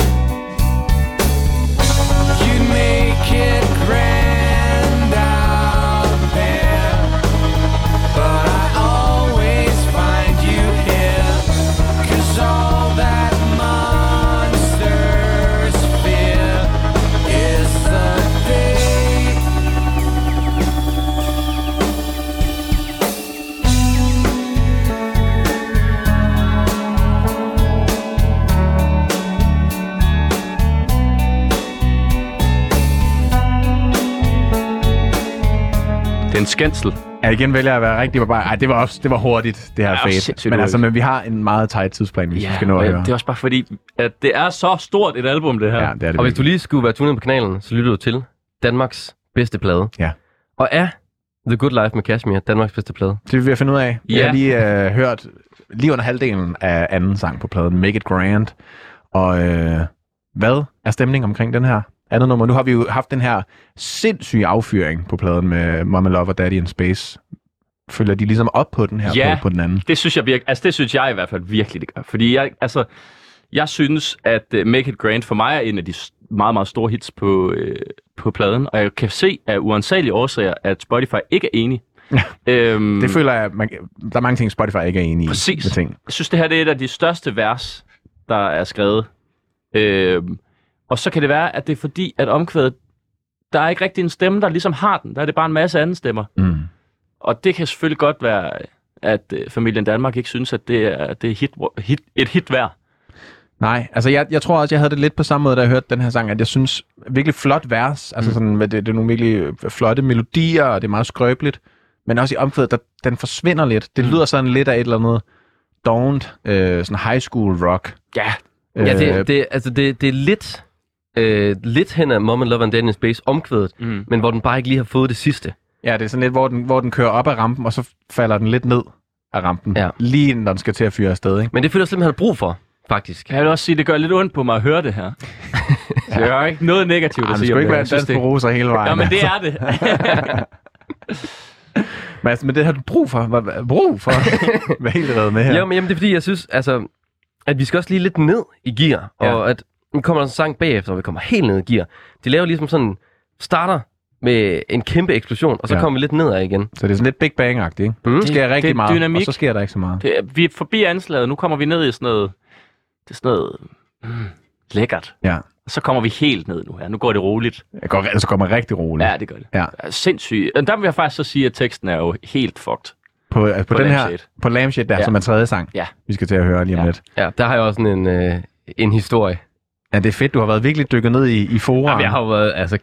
You make it grand out there, but I always find you here. 'Cause all that monsters fear is the day. Det er en skændsel. Ja, igen vælger jeg at være rigtig barbar. Ej, det var hurtigt, det her fade. sindssygt Men altså, hurtigt. men vi har en meget tight tidsplan, hvis vi skal nå at høre. det er også bare fordi, at det er så stort et album, det her. Ja, det er det. Og hvis du lige skulle være tunet på kanalen, så lytter du til Danmarks bedste plade. Ja. Og er The Good Life med Kashmir Danmarks bedste plade? Det vil vi finde ud af. Vi har lige hørt lige under halvdelen af anden sang på pladen, Make It Grand. Og hvad er stemningen omkring den her andet nummer? Nu har vi jo haft den her sindssyge affyring på pladen med Mama Love og Daddy in Space. Følger de ligesom op på den her på den anden? Det synes jeg det synes jeg i hvert fald virkelig, det gør. Fordi jeg synes, at Make It Grand for mig er en af de meget, meget store hits på pladen. Og jeg kan se af uansagelige årsager, at Spotify ikke er enig. Det føler jeg, der er mange ting, Spotify ikke er enige i. Præcis. Med ting. Jeg synes, det her det er et af de største vers, der er skrevet. Og så kan det være, at det er fordi, at omkvædet, der er ikke rigtig en stemme, der ligesom har den. Der er det bare en masse anden stemmer. Mm. Og det kan selvfølgelig godt være, at familien Danmark ikke synes, at det er et hit værd. Nej, altså jeg tror også, jeg havde det lidt på samme måde, da jeg hørte den her sang, at jeg synes virkelig flot vers, altså sådan, det er nogle virkelig flotte melodier, og det er meget skrøbeligt, men også i omkvædet, den forsvinder lidt. Det lyder sådan lidt af et eller andet dovent, sådan high school rock. Ja. Ja, det er lidt hen af Mom and Love and Daddy in Space omkvædet, men hvor den bare ikke lige har fået det sidste. Ja, det er sådan lidt, hvor den kører op ad rampen, og så falder den lidt ned af rampen, lige når den skal til at fyre afsted, ikke? Men det føler jeg simpelthen, han har brug for. faktisk. Jeg vil også sige, det gør lidt ondt på mig at høre det her. Så jeg har ikke noget negativt at Det sige skulle om ikke det. være Jeg en synes, dans på roser hele vejen. Ja, men det er det. Men det har du brug for. Hvad er helt reddet med her? Jamen, det er fordi, jeg synes, altså, at vi skal også lige lidt ned i gear, og at nu kommer der en sang bagefter, og vi kommer helt ned i gear. De laver ligesom sådan, starter med en kæmpe eksplosion, og så kommer vi lidt nedad igen. Så det er sådan lidt Big Bang-agtigt, ikke? Det sker rigtig det er meget, dynamik. og så sker der ikke så meget. Vi er forbi anslaget, nu kommer vi ned i sådan noget, det er sådan noget lækkert. Ja. Og så kommer vi helt ned nu her. Nu går det roligt. Så kommer rigtig roligt. Ja, det gør det. Ja. Sindssygt. Der vil jeg faktisk så sige, at teksten er jo helt fucked. På den her, Lampshade. på Lampshade der, Ja. som er tredje sang, Ja. vi skal til at høre lige om lidt. Ja, der har jeg også sådan en historie. Ja, det er fedt, du har været virkelig dykket ned i forum. Jamen, jeg har jo været altså,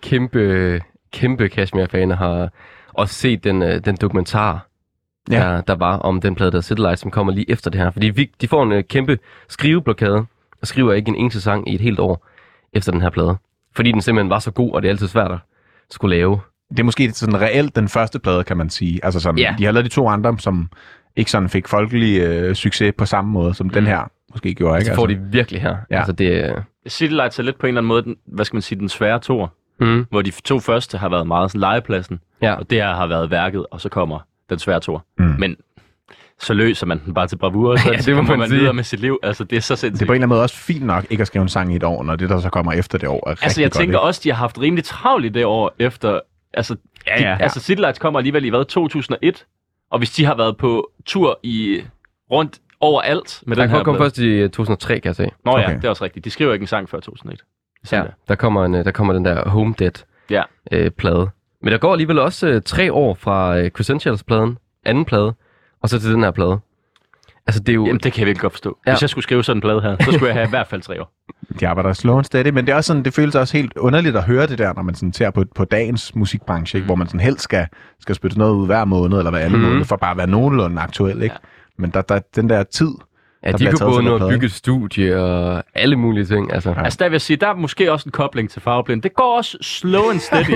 kæmpe Kashmir-fan, og har også set den dokumentar, der var om den plade, der City Lights, som kommer lige efter det her. Fordi de får en kæmpe skriveblokade, og skriver ikke en eneste sang i et helt år efter den her plade. Fordi den simpelthen var så god, og det er altid svært at skulle lave. Det er måske sådan reelt den første plade, kan man sige. Altså sådan, de har lavet de to andre, som ikke sådan fik folkelig succes på samme måde, som den her måske gjorde. Ikke? Så får de virkelig her. Ja. Altså, det, City Lights er lidt på en eller anden måde, hvad skal man sige, den svære tour. Hvor de to første har været meget sådan legepladsen, og det her har været værket, og så kommer den svære tour. Men så løser man den bare til bravur, og så det må man sige. videre med sit liv. Altså, det er så sindssygt. Det er på en eller anden måde også fint nok ikke at skrive en sang i et år, når det, der så kommer efter det år, er rigtig Altså, jeg godt, tænker ikke? også, de har haft rimelig travlt i det år efter... Altså, altså City Lights kommer alligevel i 2001, og hvis de har været på tur rundt overalt med den her kom plade. først i 2003, kan jeg se. Nå ja, Okay. det er også rigtigt. De skriver ikke en sang før 2001. Ja, der kommer den der Home Dead plade. Men der går alligevel også 3 år fra Crescentials-pladen, anden plade, og så til den her plade. Altså, det er jo... Jamen, det kan jeg virkelig godt forstå. Hvis jeg skulle skrive sådan en plade her, så skulle jeg have i hvert fald 3 år. De arbejder slow and steady, men det er også sådan, det føles også helt underligt at høre det der, når man sådan ser på dagens musikbranche, ikke? Hvor man sådan helst skal spytte noget ud hver måned, eller hver anden måned, for bare at være nogenlunde aktuel, ikke? Men der den der tid, ja, de kunne både nå at bygge et studie og alle mulige ting. Altså. Altså, der vil jeg sige, der er måske også en kobling til Farveblind. Det går også slow and steady.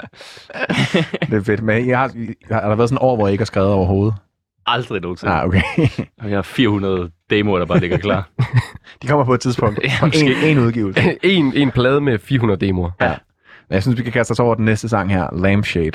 Det er fedt. Men har der været sådan et år, hvor jeg ikke har skrevet overhovedet? Aldrig nogensinde. Okay. Jeg har 400 demoer, der bare ligger klar. De kommer på et tidspunkt. En udgivelse. en plade med 400 demoer. Ja. Jeg synes, vi kan kaste os over den næste sang her. Lampshade.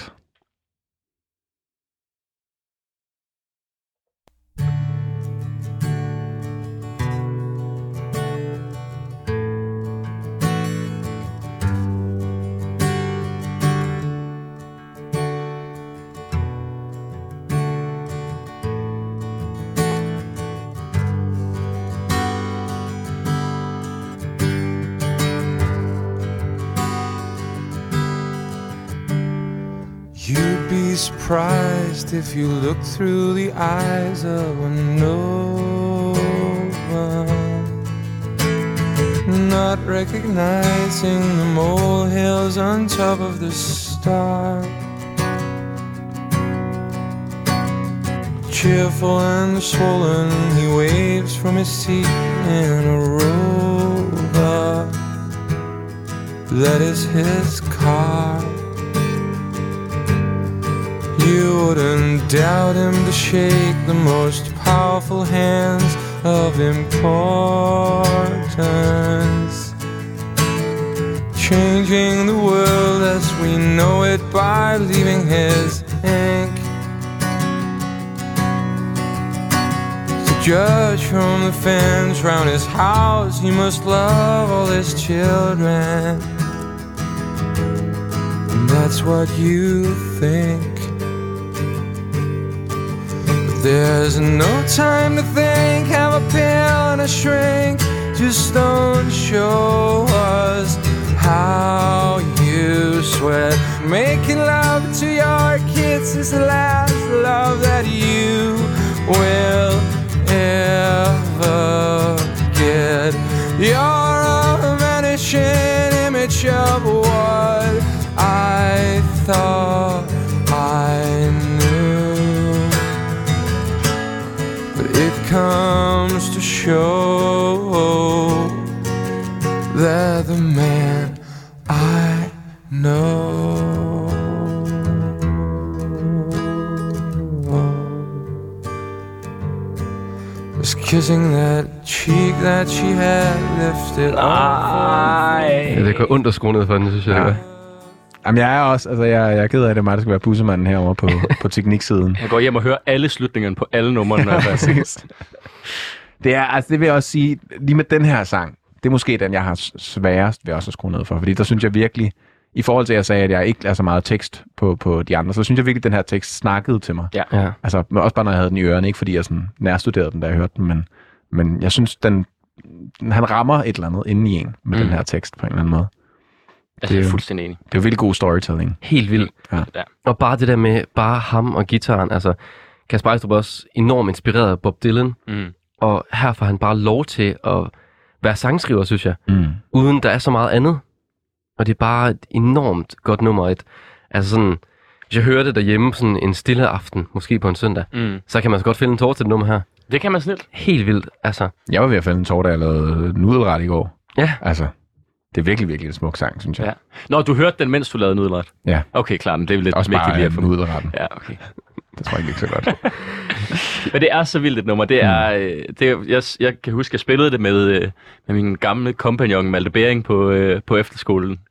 You'd be surprised if you look through the eyes of a no one, not recognizing the molehills on top of the star. Cheerful and swollen, he waves from his seat in a Rover. That is his car. You wouldn't doubt him to shake the most powerful hands of importance, changing the world as we know it by leaving his ink. To judge from the fence round his house, he must love all his children. And that's what you think. There's no time to think, have a pill and a shrink. Just don't show us how you sweat. Making love to your kids is the last love that you will ever get. You're a vanishing image of what I thought I knew. It comes to show that the man I know was kissing that cheek that she had lifted up. Ja, det går ondt at skrue ned for den, synes jeg. Ja. Jamen, jeg er også, altså, jeg er ked af det, mig, der skal være pussemanden herovre på tekniksiden. Jeg går hjem og hører alle slutningerne på alle numrene. Præcis. Det vil jeg også sige, lige med den her sang, det er måske den, jeg har sværest ved også at skrue ned for, fordi der synes jeg virkelig, i forhold til, at jeg sagde, at jeg ikke er så meget tekst på de andre, så synes jeg virkelig, at den her tekst snakkede til mig. Ja. Altså, også bare, når jeg havde den i ørerne, ikke fordi jeg sådan nærstuderede den, da jeg hørte den, men jeg synes, han rammer et eller andet inde i en med den her tekst på en eller anden måde. Altså, jeg er fuldstændig enig. Det er jo virkelig god storytelling. Helt vildt. Ja. Og bare det der med bare ham og gitaren, altså Kasper Eistrup er også enormt inspireret af Bob Dylan, og her får han bare lov til at være sangskriver, synes jeg, uden der er så meget andet. Og det er bare et enormt godt nummer. Altså sådan, hvis jeg hører det derhjemme sådan en stille aften, måske på en søndag, så kan man så godt finde en tår til det nummer her. Det kan man snilt. Helt vildt, altså. Jeg var ved at finde en tår, da jeg lavede nudelret i går. Ja. Altså, det er virkelig, virkelig en smuk sang, synes jeg. Ja. Nå, du hørte den, mens du lavede nudelret? Ja. Okay, klart, men det er lidt også vigtigt lige at få nudelretten. Ja, okay. Det tror jeg ikke så godt. Men det er så vildt et nummer. Det er, jeg kan huske, jeg spillede det med min gamle kompagnon Malte Bering på efterskolen.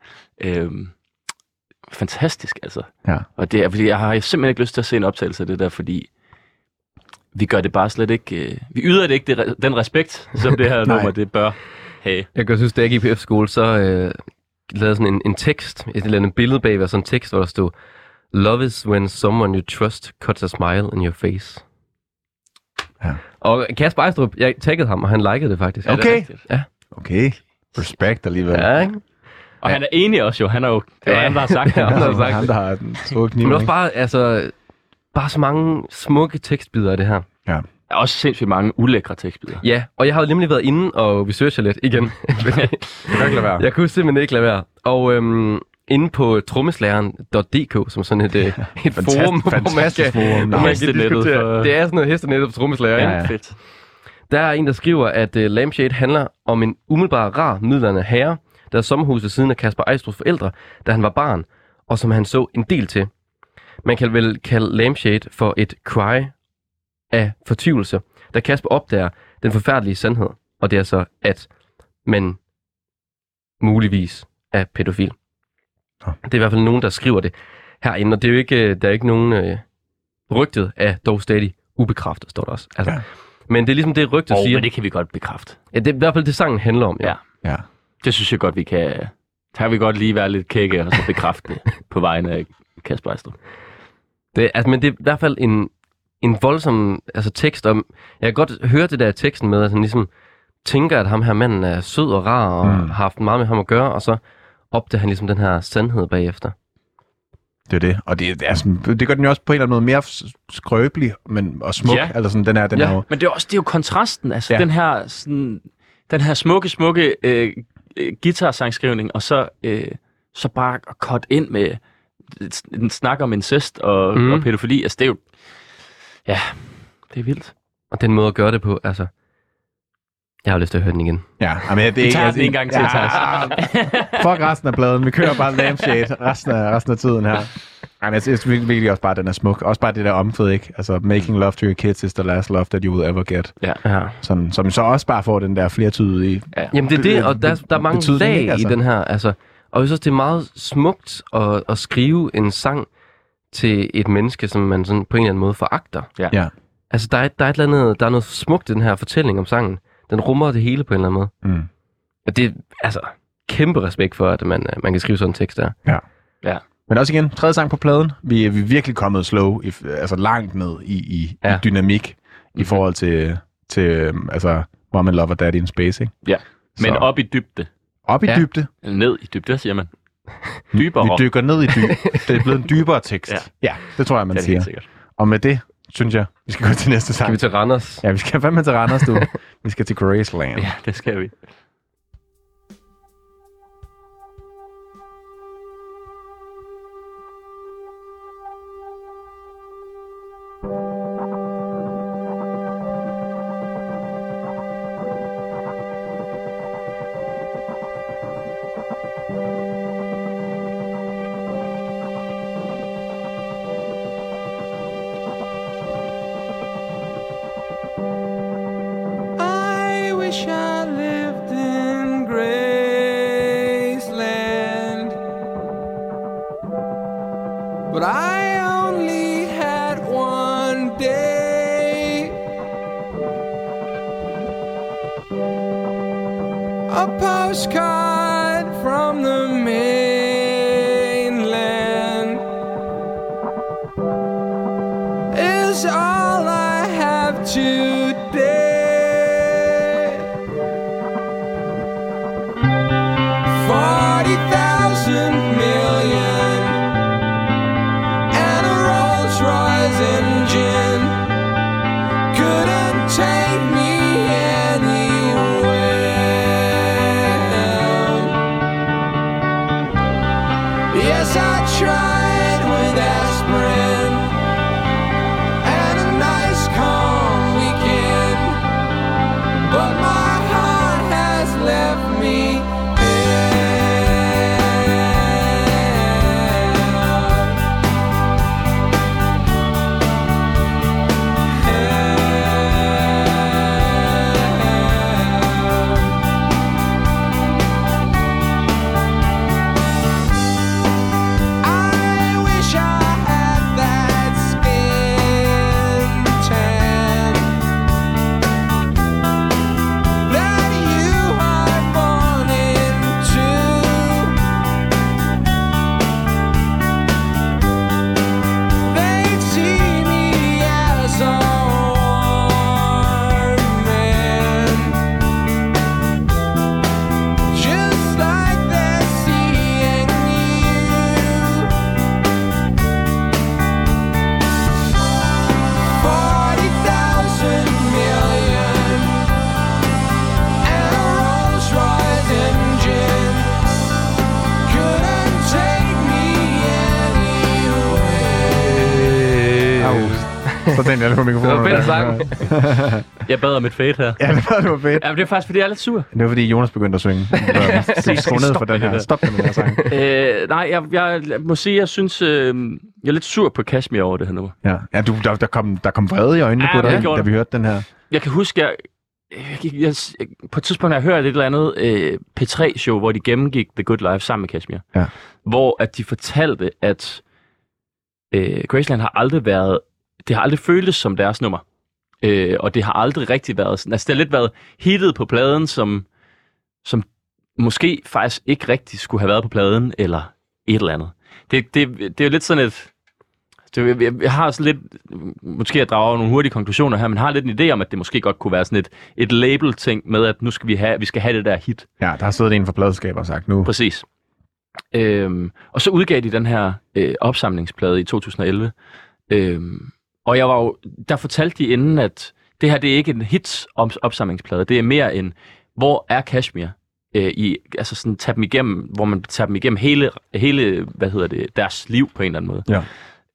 Fantastisk, altså. Ja. Og det er, fordi jeg har simpelthen ikke lyst til at se en optagelse af det der, fordi vi gør det bare slet ikke... vi yder det ikke den respekt, som det her nummer, det bør have. Jeg kan synes, da jeg gik på efterskole, så lavede sådan en tekst, et eller andet billede bag, sådan en tekst, hvor der stod: Love is when someone you trust cuts a smile in your face. Ja. Og Kasper Eistrup, jeg taggede ham, og han likede det faktisk. Okay. Ja. Okay. Respekt alligevel. Ja, ikke? Og han er enig også jo. Han er jo han, der har sagt det. Han, der har den store kniv. Men også bare, altså, bare så mange smukke tekstbider af det her. Ja. Der er også sindssygt mange ulækre tekstbider. Ja, og jeg har jo nemlig været inde og researchet lidt igen. Jeg kunne simpelthen ikke lade være. Og inde på trommeslæren.dk, som sådan et forum, hvor man skal diskutere. Det er sådan noget hestenettet på trommeslager. Ja. Fedt. Der er en, der skriver, at Lampshade handler om en umiddelbar rar middelaldrende herre, der er sommerhus ved siden af Kasper Eistrups forældre, da han var barn, og som han så en del til. Man kan vel kalde Lampshade for et cry af fortvivlelse, da Kasper opdager den forfærdelige sandhed, og det er så, at man muligvis er pædofil. Det er i hvert fald nogen, der skriver det herinde, og det er jo ikke, der er ikke nogen rygtet af dog stadig ubekræftet, står der også. Altså, ja. Men det er ligesom det rygtet siger. Men det kan vi godt bekræfte. Ja, det er i hvert fald det, sangen handler om. Ja. Det synes jeg godt, vi kan... Der kan vi godt lige være lidt kække og så bekræfte det på vegne af Kasper Eistrup. Men det er i hvert fald en voldsom tekst om... Jeg kan godt høre det der teksten med, at han ligesom tænker, at ham her manden er sød og rar og har haft meget med ham at gøre, og så opdager han ligesom den her sandhed bagefter. Det er det. Og det gør den jo også på en eller anden måde mere skrøbelig og smuk. Ja. Altså sådan, den er jo... Men det er jo kontrasten. Altså den her smukke guitarsangskrivning, og så bare cut ind med en snak om incest og pædofili. Altså det er jo... Ja, det er vildt. Og den måde at gøre det på, altså... Jeg har lyst til at høre den igen. Ja, men det er vi tager den en gang til, Fuck resten af bladen. Vi kører bare Lampshade resten af tiden her. Ej, men jeg synes virkelig også bare, at den er smuk. Også bare det der omkvæd, ikke? Altså, making love to your kids is the last love that you will ever get. Ja. Sådan, som så også bare får den der flertydige... Ja. Jamen det er det, og der er mange lag i den her. Altså, og jeg synes, det er meget smukt at skrive en sang til et menneske, som man sådan på en eller anden måde foragter. Ja. Altså, der er et eller andet, der er noget smukt i den her fortælling om sangen. Den rummer det hele på en eller anden måde. Og det er altså kæmpe respekt for, at man kan skrive sådan en tekst der. Ja. Men også igen, tredje sang på pladen. Vi er virkelig kommet slow, altså langt ned i dynamik i forhold til Mom and Love og Daddy in Space, ikke? Ja, men op i dybde. Op i dybde? Ned i dybde, siger man. Dybere. Vi dykker ned i dybde. Det er blevet en dybere tekst. Ja, det tror jeg, man siger. Og med det, synes jeg, vi skal gå til næste sang. Skal vi til Randers? Ja, vi skal fandme til Randers, du. Vi skal til Graceland. Ja, det skal vi. but I only had one day. A postcard from the mainland is all I have today. 40,000 million and a Rolls Royce engine couldn't take me anywhere. Yes, I tried with aspirin and a nice calm weekend, but my heart has left me. Så den jeg på mikrofonen. Det var fedt sang. Jeg bad om et fade her. Ja, det var fedt. Ja, det er faktisk, fordi jeg er lidt sur. Det var fordi Jonas begyndte at synge. Skru ned for den her. Stop med den her sang. Nej, jeg må sige, jeg synes, jeg er lidt sur på Kashmir over det her nummer. Ja, der kom vrede i øjnene på dig, da vi hørte den her. Jeg kan huske, jeg på et tidspunkt har jeg hørt et eller andet P3-show, hvor de gennemgik The Good Life sammen med Kashmir. Ja. Hvor at de fortalte, at Graceland har aldrig været... Det har aldrig føltes som deres nummer. Og det har aldrig rigtig været sådan... Altså, det har lidt været hittet på pladen, som måske faktisk ikke rigtig skulle have været på pladen, eller et eller andet. Det er jo lidt sådan et... Jeg har sådan lidt... Måske jeg drager nogle hurtige konklusioner her, men har lidt en idé om, at det måske godt kunne være sådan et label-ting med, at nu skal vi skal have det der hit. Ja, der har siddet en for pladeskaber og sagt nu. Præcis. Og så udgav de den her opsamlingsplade i 2011. Og jeg var jo, der fortalte de inden, at det her det er ikke en hits opsamlingsplade. Det er mere en, hvor er Kashmir? Altså sådan tage dem igennem, hvor man tager dem igennem hele deres liv på en eller anden måde. Ja.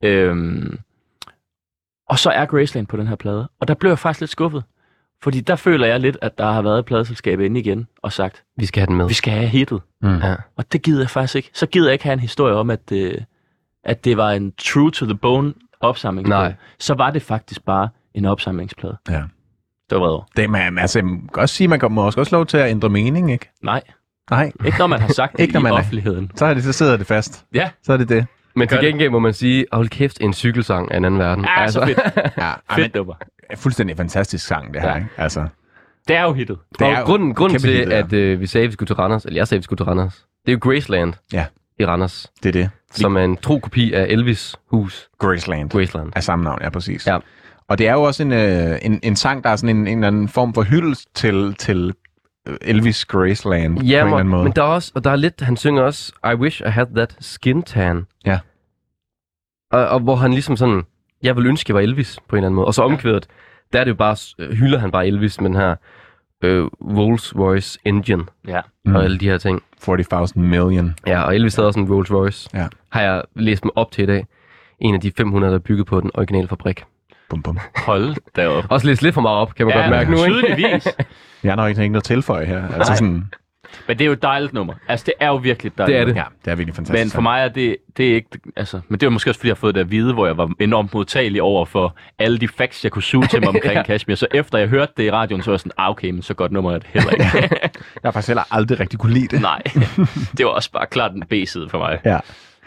Og så er Graceland på den her plade. Og der blev jeg faktisk lidt skuffet. Fordi der føler jeg lidt, at der har været et pladeselskab inde igen og sagt, vi skal have den med. Vi skal have hittet. Ja. Og det gider jeg faktisk ikke. Så gider jeg ikke have en historie om, at det var en true to the bone opsamlingsplade. Nej. Så var det faktisk bare en opsamlingsplade. Ja. Det var vrede. Det man kan også sige, man må også lov til at ændre mening, ikke? Nej. Ikke når man har sagt det i offentligheden. Så sidder det fast. Ja. Så er det det. Men til gengæld må man sige, hold kæft, en cykelsang af en anden verden. Ja, altså. Så fedt. Ja, fedt nummer. Fuldstændig fantastisk sang, det her, ikke? Altså. Det er jo hittet. Grunden til, at vi sagde, at vi skulle til Randers, eller jeg sagde, at vi skulle til Randers, det er jo Graceland i Randers. Det er det. Som er en tro kopi af Elvis' hus. Graceland. Af samme navn, ja, præcis. Ja. Og det er jo også en sang, der er sådan en eller anden form for hyldest til Elvis Graceland på en eller anden måde. Men der er også, og der er lidt, han synger også, I wish I had that skin tan. Ja. Og hvor han ligesom sådan, jeg vil ønske, jeg var Elvis på en eller anden måde. Og så omkvædet, der er det jo bare, hylder han bare Elvis med den her Rolls Royce engine. Ja. Og alle de her ting. 40,000 million. Ja, og Elvis havde også en Rolls Royce. Ja. Har jeg læst mig op til i dag. En af de 500, der er bygget på den originale fabrik. Bum. Hold da op. Også læst lidt for meget op, kan man godt mærke nu, ikke? Tydeligvis. Jeg har nok ikke noget tilføje her. Altså sådan... Men det er jo et dejligt nummer. Altså, det er jo virkelig dejligt. Det er det. Ja, det er virkelig fantastisk. Men for mig er det ikke... Altså, men det var måske også, fordi jeg har fået det at vide, hvor jeg var enormt modtagelig over for alle de facts, jeg kunne suge til mig omkring Kashmir. Så efter jeg hørte det i radioen, så var jeg sådan, okay, men så godt nummer er det heller ikke. Jeg har faktisk heller aldrig rigtig kunne lide det. Nej, det var også bare klart en B-side for mig. Ja.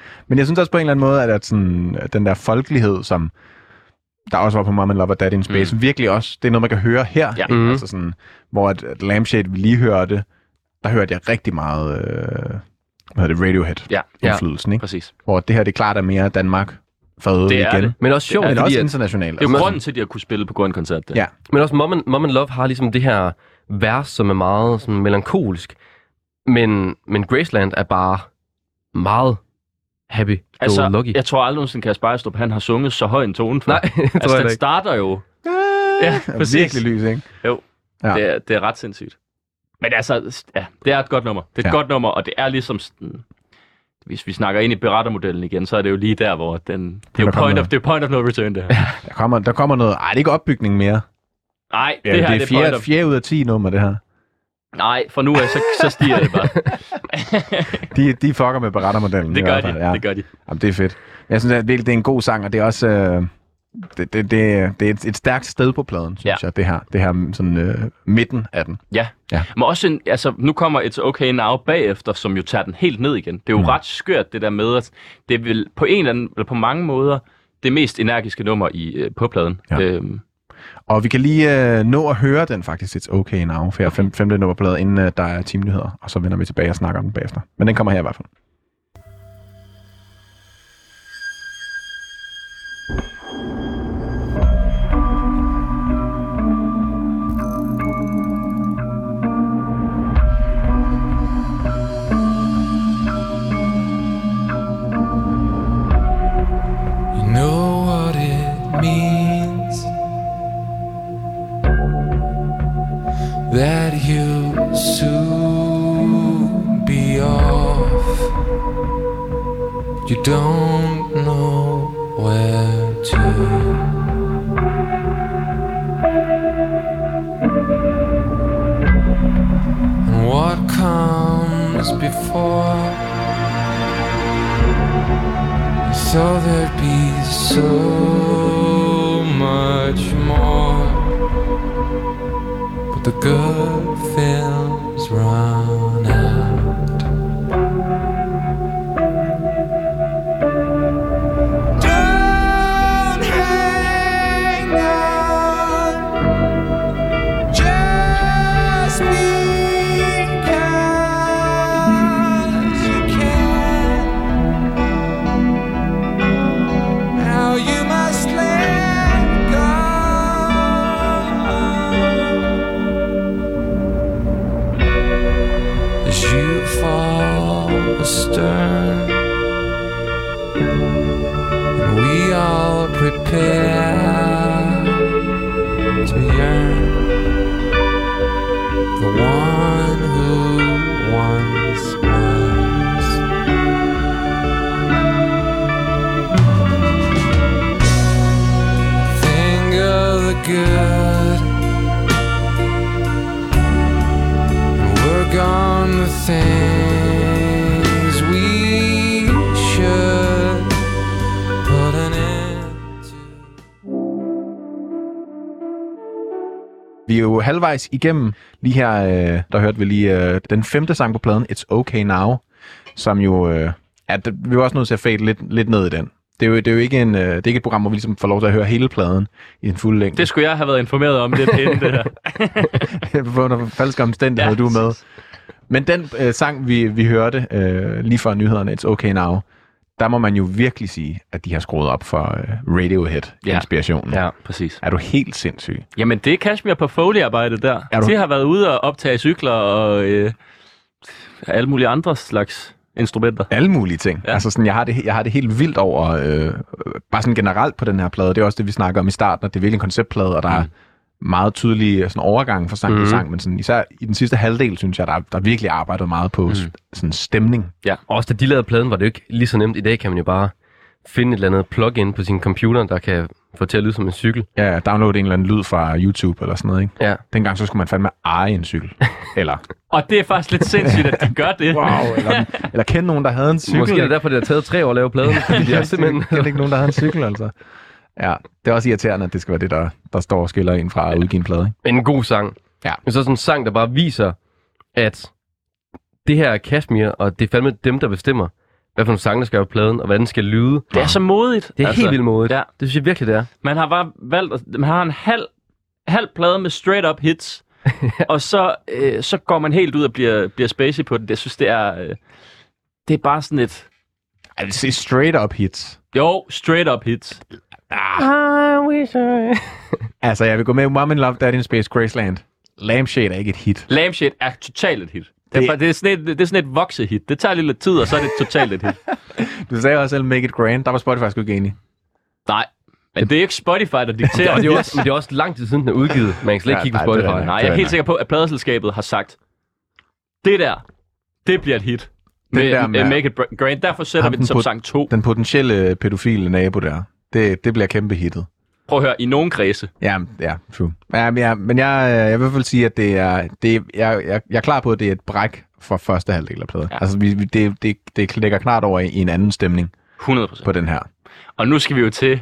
Men jeg synes også på en eller anden måde, at sådan, den der folkelighed, som der også var på Mom and Love og Daddy in Space, virkelig også, det er noget, man kan høre her. Ja. Ikke? Altså sådan, hvor at Lampshade, vi lige hørte, der hørte jeg rigtig meget, Radiohead-indflydelsen. Ikke? Præcis. Hvor det her, det er klart, er mere Danmark forøget igen. Det. Men også sjovt, men fordi også internationalt. Det er jo grunden til, at de har kunne spille på Grøn-koncert. Ja. Men også Mom and Love har ligesom det her vers, som er meget sådan melankolsk. Men Graceland er bare meget happy. Altså, jeg tror aldrig nogensinde, Kasper Ejstrup, han har sunget så høj en tone for. Nej, det tror jeg altså, den ikke. starter jo... Ja, præcis. Virkelig lys, ikke? Jo, Ja. det er ret sindssygt. Men altså, ja, det er et godt nummer. Det er et godt nummer, og det er ligesom sådan... Hvis vi snakker ind i berettermodellen igen, så er det jo lige der, hvor den... Det er jo point of no return, det her. Der kommer noget... Ej, det er ikke opbygning mere. Nej, Ja, det her det er 4 ud af 10 nummer, det her. Nej, for nu af, så stiger det bare. De fucker med berettermodellen. Det i gør hvert de, fald, ja. det gør de. Jamen, det er fedt. Jeg synes, at det er en god sang, og det er også... Det er et stærkt sted på pladen, synes jeg, det her sådan midten af den. Ja. Ja. Men også nu kommer It's Okay Now bagefter, som jo tager den helt ned igen. Det er jo ret skørt, det der med, at det vil på en eller anden, eller på mange måder, det mest energiske nummer på pladen. Ja. Og vi kan lige nå at høre den faktisk, It's Okay Now, for jeg er femte nummerplade, inden der er teamnyheder, og så vender vi tilbage og snakker om den bagefter. Men den kommer her i hvert fald. That you'll soon be off. You don't know where to. And what comes before. So there'd be so much more. The good films run out. Don't hang on, just because you can. Now you must let go. As you fall astern, and we all prepare to yearn the one who once was. Think of the good, and work on the things we should put an end to. Vi er jo halvvejs igennem. Lige her, der hørte vi lige den femte sang på pladen, It's Okay Now, som jo vi er også nødt til at fade lidt ned i den. Det er jo ikke det er ikke et program, hvor vi ligesom får lov til at høre hele pladen i en fuld længde. Det skulle jeg have været informeret om lidt inden det her. Under falske omstændigheder, du er med. Men den sang, vi hørte lige før nyhederne, It's Okay Now, der må man jo virkelig sige, at de har skruet op for Radiohead-inspirationen. Ja, præcis. Er du helt sindssyg? Jamen, det er Kashmir på Foley-arbejdet der. De har været ude og optage cykler og alle mulige andre slags instrumenter. Alle mulige ting. Ja. Altså sådan, jeg har det helt vildt over, bare sådan generelt på den her plade. Det er også det, vi snakker om i starten, at det er virkelig en konceptplade, og der er meget tydelig sådan overgang fra sang til sang, men sådan, især i den sidste halvdel, synes jeg, der virkelig arbejdet meget på sådan stemning. Ja, også da de lavede pladen, var det jo ikke lige så nemt. I dag kan man jo bare finde et eller andet plug-in på sin computer, der kan få til at lyde som en cykel. Ja, downloade en eller anden lyd fra YouTube eller sådan noget, ikke? Ja. Dengang så skulle man fandme eje en cykel. Eller... Og det er faktisk lidt sindssygt, at de gør det. Wow, eller kende nogen, der havde en cykel. Måske er det derfor, det har taget 3 år at lave pladen. Fordi de er simpelthen... Kende ikke nogen, der havde en cykel, altså. Ja, det er også irriterende, at det skal være det, der står og skiller en fra at udgive en plade, ikke? Men en god sang. Ja. Men så sådan en sang, der bare viser, at det her er Kashmir, og det er fandme dem, der bestemmer. hvad for nogle sange, der skal være på pladen, og hvordan den skal lyde. Det er så modigt. Det er helt vildt modigt. Ja. Det synes jeg virkelig, det er. Man har bare valgt, man har en halv plade med straight up hits, og så går man helt ud og bliver spacey på det. Jeg synes, det er bare sådan et... Altså, straight up hits. Jo, straight up hits. Altså, jeg vil gå med Mom and Love, Daddy in Space, Graceland. Lampshade er ikke et hit. Lampshade er totalt et hit. Det er sådan et voksehit. Det tager lidt tid, og så er det totalt et hit. Du sagde også selv Make It Grand. Der var Spotify sgu ikke enig. Nej, men det er ikke Spotify, der dikterer det. Det er også lang tid siden, den er udgivet. Man kan slet ikke kigge på Spotify. Nej, jeg er helt sikker på, at pladeselskabet har sagt, det bliver et hit. Med Make It Grand. Derfor sætter vi den som sang 2. Den potentielle pædofile nabo der. Det bliver kæmpe hittet. Prøv at høre, i nogen kredse. Ja, true. Men jeg vil i hvert fald sige, at jeg er klar på, at det er et bræk for første halvdel af pladen. Ja. Altså, det ligger klart over i en anden stemning. 100% på den her. Og nu skal vi jo til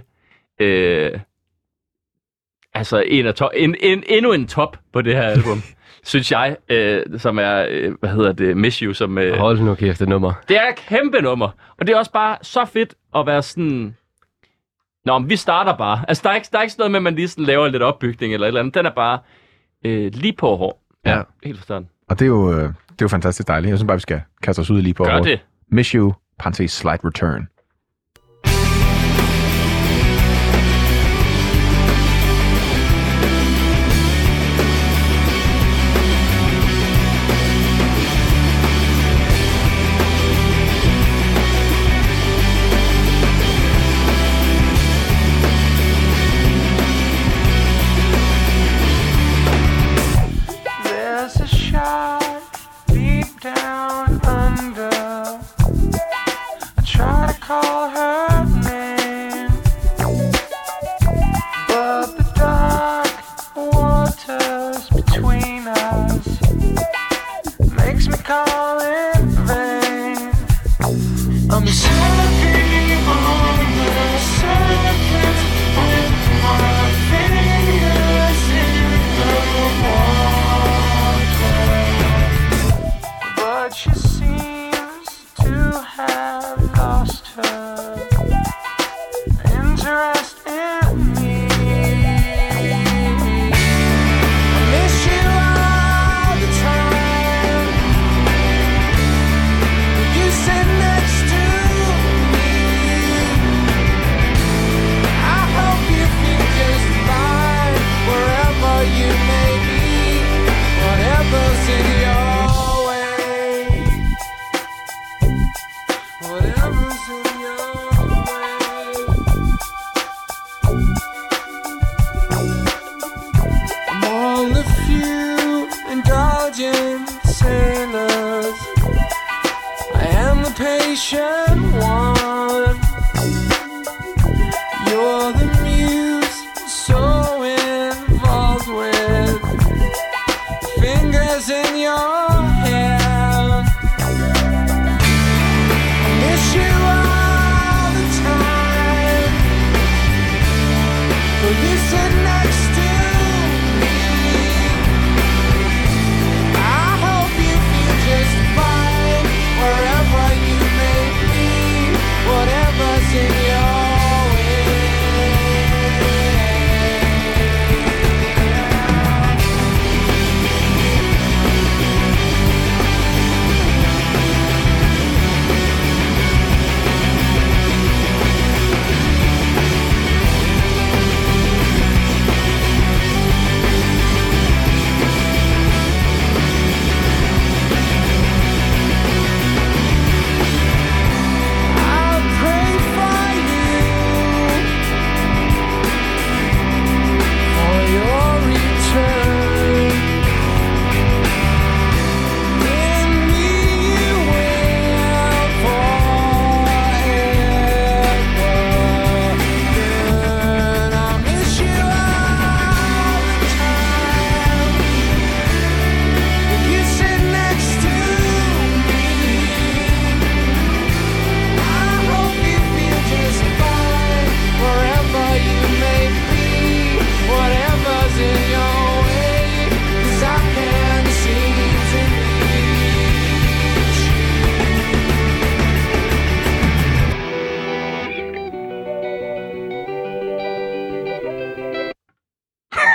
endnu en top på det her album, synes jeg, som er, Miss You, som... Hold nu kæft, det nummer. Det er et kæmpe nummer, og det er også bare så fedt at være sådan... Nå, men vi starter bare. Altså, der er ikke sådan noget med, at man lige sådan laver lidt opbygning eller et eller andet. Den er bare lige på hår. Ja. Helt forstående. Og det er jo fantastisk dejligt. Jeg synes bare, vi skal kaste os ud lige på hår. Gør det. Miss You, parentes Slight Return.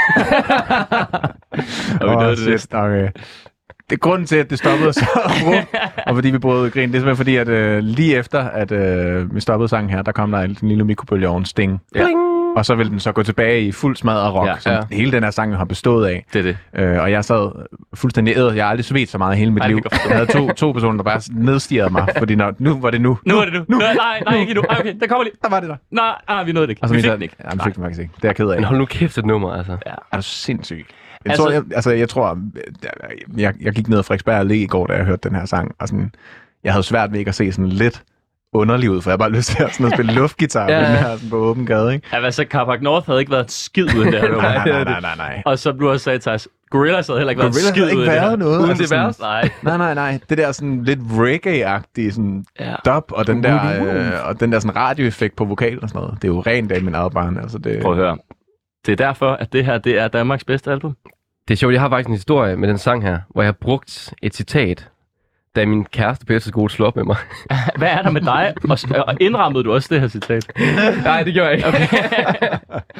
Shit, okay. Det er grunden til, at det stoppede så og fordi vi brød grin, det er simpelthen fordi, at lige efter, at vi stoppede sangen her, der kom der en lille mikrobølgeovn sting. Ja. Og så ville den så gå tilbage i fuld smadret rock, som hele den her sang har bestået af. Det er det. Og jeg sad fuldstændig ædet. Jeg har aldrig svedt så meget i hele mit liv. Jeg havde to personer, der bare nedstirrede mig, fordi nu var det nu. Nu er det nu. Nej, ikke nu. Okay, der kommer lige. Der var det der. Nej, vi nåede det ikke. Altså, vi fik den ikke. Ja, vi fik den faktisk ikke. Det er jeg ked af. Men hold nu kæft et nummer, altså. Ja. Er du sindssyg? Jeg tror, jeg gik ned ad Frederiksberg Allé i går, da jeg hørte den her sang, og sådan, jeg havde svært ved ikke at se sådan lidt underlig ud, for jeg havde bare lyst til at spille luftgitar med den her sådan på åben gade, ikke? Ja, altså, Carpac North havde ikke været et skid uden det her. Nej. Og så blev jeg sagt, Thijs, Gorillaz havde heller ikke været et skid uden det her. Gorillaz havde ikke været noget. Uden det værste? Nej. Det der sådan lidt reggae-agtige sådan dub, og den der sådan radioeffekt på vokalen og sådan noget. Det er jo rent af min adbarn. Altså det... Prøv at høre. Det er derfor, at det her, det er Danmarks bedste album. Det er sjovt, jeg har faktisk en historie med den sang her, hvor jeg har brugt et citat, da min kæreste på efterskole slog op med mig. Hvad er der med dig? Og indrammede du også det her citat? Nej, det gjorde jeg ikke. Okay.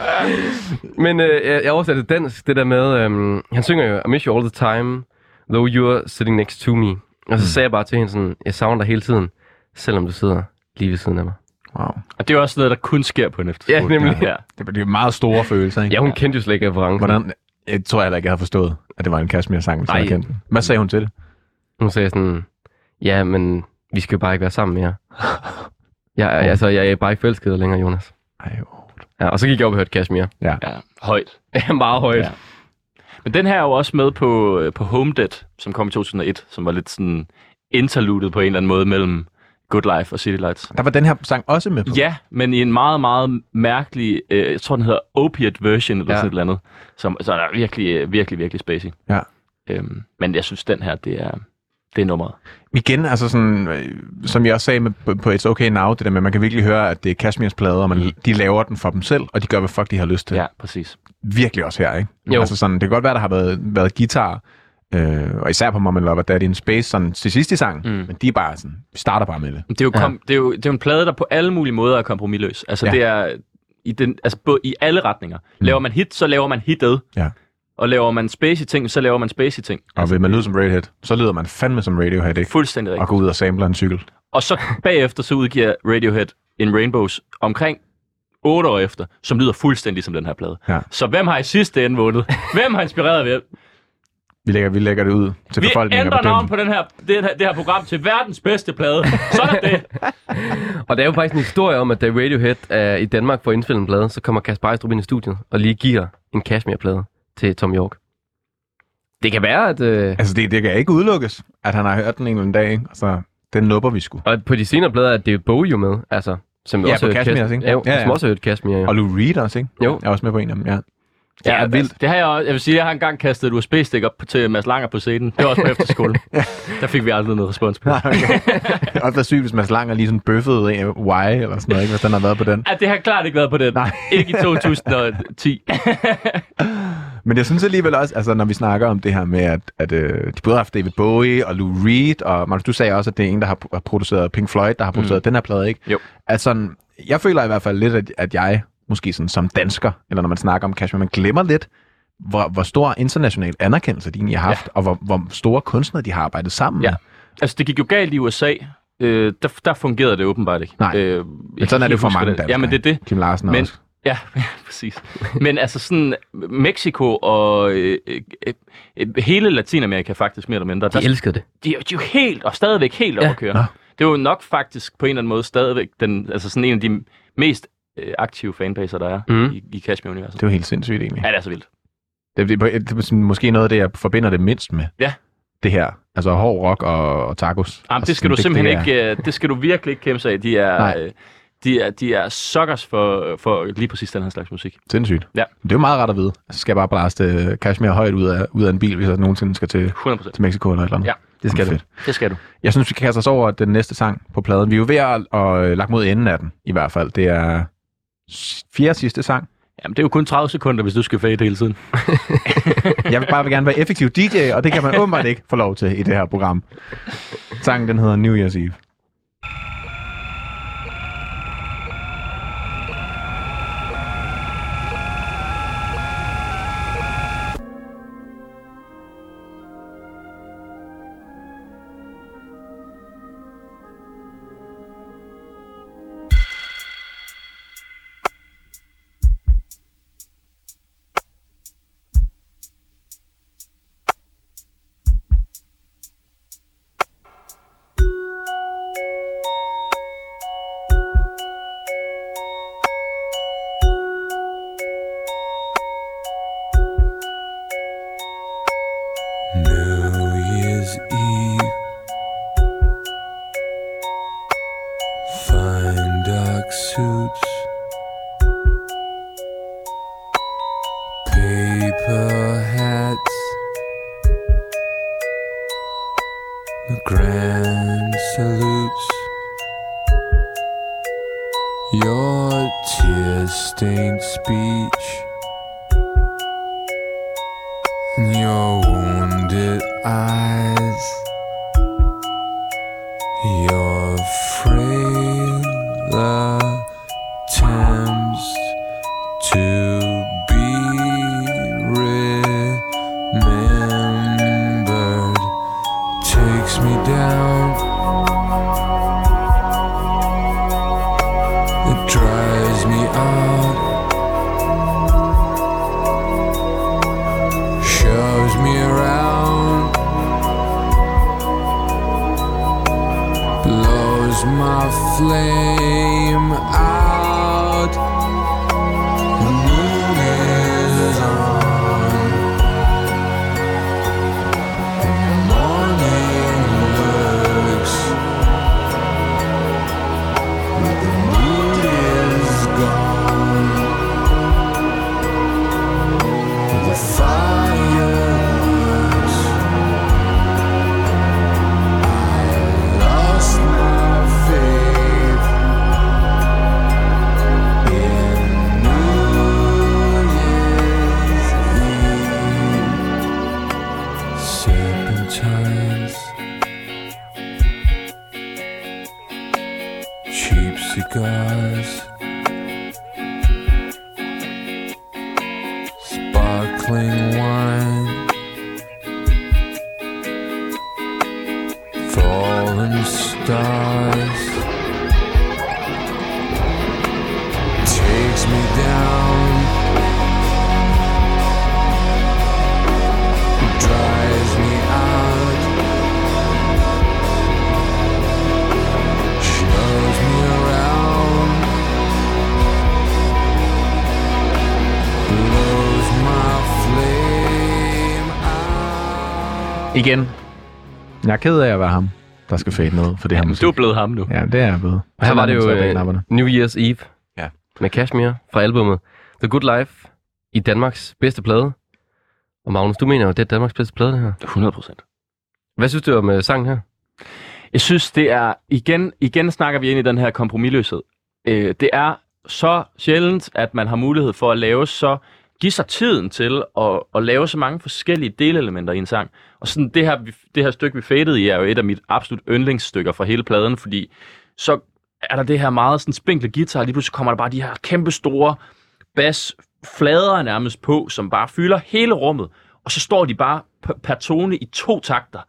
Men jeg oversatte det dansk, det der med, han synger jo, I miss you all the time, though you're sitting next to me. Og så sagde jeg bare til hende sådan, jeg savner dig hele tiden, selvom du sidder lige ved siden af mig. Wow. Og det er også noget, der kun sker på en efterskole. Ja, nemlig. Ja. Det er meget store følelser, ikke? Ja, hun kendte jo slet ikke referencen. Hvordan? Jeg tror heller ikke, jeg havde forstået, at det var en Kashmir-sang, hvis jeg kendte den. Hvad sagde hun til det? Hun sagde sådan, ja, men vi skal jo bare ikke være sammen mere. Jeg er bare ikke forelsket længere, Jonas. Ja, og så gik jeg op og hørte Kashmir. Ja, højt. Ja, meget højt. Ja. Men den her er jo også med på Home Dead, som kom i 2001, som var lidt sådan interludet på en eller anden måde mellem Good Life og City Lights. Der var den her sang også med på? Ja, men i en meget, meget mærkelig, jeg tror den hedder Opiate Version, eller sådan et eller andet, så er virkelig, virkelig, virkelig spacey. Ja. Men jeg synes, den her, det er nummeret. Igen, altså sådan, som jeg også sagde på It's Okay Now, det der med, at man kan virkelig høre, at det er Kashmirs plade, og de laver den for dem selv, og de gør, hvad fuck de har lyst til. Ja, præcis. Virkelig også her, ikke? Jo. Altså sådan, det kan godt være, der har været guitar, og især på Mom and Lover, der er det en space sådan til sidst i sangen, men de er bare sådan, vi starter bare med det. Det er jo en plade, der på alle mulige måder er kompromisløs. Altså det er i alle retninger. Laver man hit, så laver man hitet. Ja. Og laver man spacey ting, så laver man spacey ting. Og vil man lyde som Radiohead, så lyder man fandme som Radiohead, ikke? Fuldstændig rigtigt. Og går ud og samler en cykel. Og så bagefter, så udgiver Radiohead en Rainbows omkring 8 år efter, som lyder fuldstændig som den her plade. Ja. Så hvem har i sidste ende vundet? Hvem har inspireret ved? Vi lægger det ud til befolkningen. Vi ændrer navn på det her program til verdens bedste plade. Sådan det. Og der er jo faktisk en historie om, at da Radiohead er i Danmark for at indspille en plade, så kommer Kasper Ejstrup ind i studiet og lige giver en Kashmir-plade til Tom York. Det kan være, at... Altså, det kan ikke udelukkes, at han har hørt den en eller anden dag, ikke? Altså, den nupper vi sgu. Og på de senere plader er det jo Bowie jo med, altså... Som ja, også på Kashmir, ikke? Ja, som også har hørt Kashmir, ja. Og Lou Reed også, ikke? Jo. Jeg er også med på en af dem, ja. Ja, vildt. Det har jeg vil sige, jeg har engang kastet et USB-stik op til Mads Langer på scenen. Det var også på efterskole. Der fik vi aldrig noget respons på. Okay. Det er også været sygt, hvis Mads Langer lige sådan bøffede af Y eller sådan noget, ikke? Hvis den har været på den. Ja, det har klart ikke været på den. Nej. Ikke i 2010. Men jeg synes alligevel også, altså når vi snakker om det her med, at de både har haft David Bowie og Lou Reed, og Marcus, du sagde også, at det er en, der har produceret Pink Floyd, der har produceret den her plade, ikke? Jo. Altså, jeg føler i hvert fald lidt, at jeg måske sådan som dansker, eller når man snakker om Kashmir, man glemmer lidt, hvor stor international anerkendelse de egentlig har haft, og hvor store kunstnere de har arbejdet sammen med. Altså, det gik jo galt i USA. Der fungerede det åbenbart ikke. Nej, men sådan er det jo for mange danskere. Ja, men det er det. Kim Larsen også. Ja, præcis. Men altså sådan, Mexico og hele Latinamerika faktisk mere eller mindre. De elskede det. De er jo helt, og stadigvæk helt op at køre. Det er jo nok faktisk på en eller anden måde stadigvæk sådan en af de mest aktive fanbaser, der er i Kashmir-universet. Det er jo helt sindssygt egentlig. Ja, det er så vildt. Det er måske noget af det, jeg forbinder det mindst med. Ja. Det her. Altså hård rock og tacos. Jamen, det skal du simpelthen ikke, det skal du virkelig ikke kæmpe sig af. De er suckers for lige præcis den her slags musik. Sindssygt. Ja. Det er jo meget ret at vide. Så skal jeg bare blaste Kashmir højt ud af en bil, hvis jeg nogensinde skal til 100%. Til Mexico eller et eller andet. Ja, det skal du. Det skal du. Jeg synes, vi kan kaste os over den næste sang på pladen. Vi er jo ved at lagt mod enden af den, i hvert fald. Det er 4. sidste sang. Jamen, det er jo kun 30 sekunder, hvis du skal fade hele tiden. Jeg vil bare gerne være effektiv DJ, og det kan man åbenbart ikke få lov til i det her program. Sangen, den hedder New Year's Eve. the hats, the grand salutes, your tear-stained speech, and your wounded eyes, your frail attempts to be remembered takes me down. It drives me out, shoves me around, blows my flame out. The moon is on, and the morning looks, but the mood is gone. The fireworks, I lost my faith in New Year's Eve. Serpentines, cheap cigars, sparkling wine, fallen stars, takes me down, drives me out, shows me around, blows my flame out. Igen. Jeg er ked af at være ham, der skal fade noget for det her musik. Du er blevet ham nu. Ja, det er jeg blevet. Her var det jo knapperne. New Year's Eve Ja. med Kashmir fra albumet The Good Life i Danmarks bedste plade. Og Magnus, du mener jo, det er Danmarks bedste plade, det her. 100%. Hvad synes du om sangen her? Jeg synes, det er... Igen snakker vi ind i den her kompromisløshed. Det er så sjældent, at man har mulighed for at give sig tiden til at lave så mange forskellige delelementer i en sang. Og sådan det her stykke, vi fadede i, er jo et af mit absolut yndlingsstykker fra hele pladen, fordi så er der det her meget sådan spinkle guitar, og lige pludselig kommer der bare de her kæmpe store bassflader nærmest på, som bare fylder hele rummet, og så står de bare per tone i 2 takter,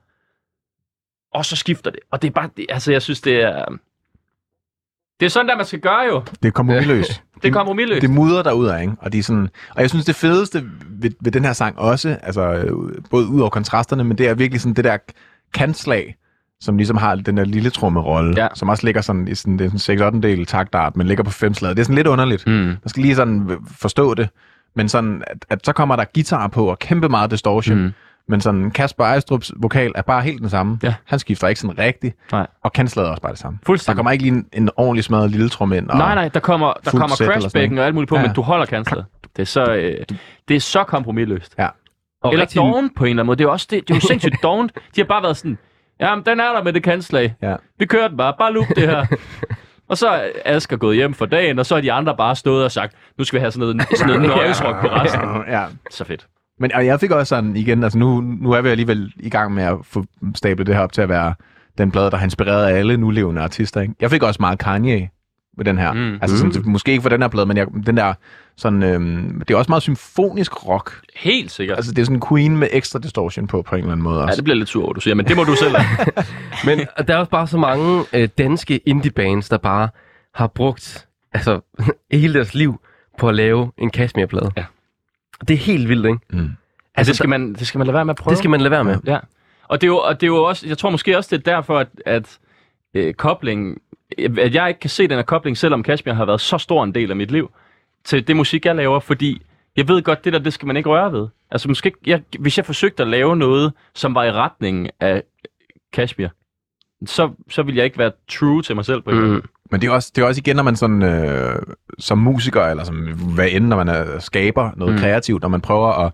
og så skifter det. Og det er bare, altså jeg synes, det er sådan, der man skal gøre jo. Det er kompromisløst. Det er kompromisløst. Det mudrer derudad, ikke? Og, de er sådan, og jeg synes, det fedeste ved den her sang også, altså både ud over kontrasterne, men det er virkelig sådan det der kantslag, som ligesom har den der lille trommerolle, som også ligger sådan i sådan, det er sådan 6/8 taktart, men ligger på 5-slaget. Det er sådan lidt underligt. Man skal lige sådan forstå det, men sådan, at så kommer der guitar på og kæmpe meget distortion, men sådan Kasper Ejstrups vokal er bare helt den samme. Ja. Han skifter ikke sådan rigtigt, og kantslaget er også bare det samme. Fuldstændig. Der kommer ikke lige en ordentlig smadret lille tromme ind. Nej, der kommer crashbacken og alt muligt på, men du holder kantslaget. Det er så kompromisløst. Ja. Og eller doven på en eller anden måde. Det er jo også det er jo sindssygt dovent. De har bare været sådan, jamen den er der med det kantslag. Ja. Vi kører den bare loop det her. Og så er Asger gået hjem for dagen, og så er de andre bare stået og sagt, nu skal vi have sådan noget noise-rock på resten. Ja. Så fedt. Men jeg fik også sådan igen, altså nu er vi alligevel i gang med at få stablet det her op til at være den plade, der har inspireret alle nulevende artister, ikke? Jeg fik også meget Kanye med den her. Altså sådan, måske ikke for den her plade, men den der sådan, det er også meget symfonisk rock. Helt sikkert. Altså det er sådan Queen med ekstra distortion på en eller anden måde også. Ja, det bliver lidt sur over, du siger, men det må du selv have. Men der er også bare så mange danske indie-bands, der bare har brugt hele deres liv på at lave en Kashmir-plade. Ja. Det er helt vildt, ikke? Altså, det skal man lade være med at prøve. Det skal man lade være med. Ja. Og det er jo også, jeg tror måske også, det er derfor, at koblingen, at jeg ikke kan se den her kobling, selvom Kashmir har været så stor en del af mit liv, til det musik, jeg laver, fordi jeg ved godt, det skal man ikke røre ved. Altså måske, hvis jeg forsøgte at lave noget, som var i retningen af Kashmir, så ville jeg ikke være true til mig selv på en måde. Men det er også igen, når man sådan, som musiker, eller som hvad end, når man skaber noget kreativt, når man prøver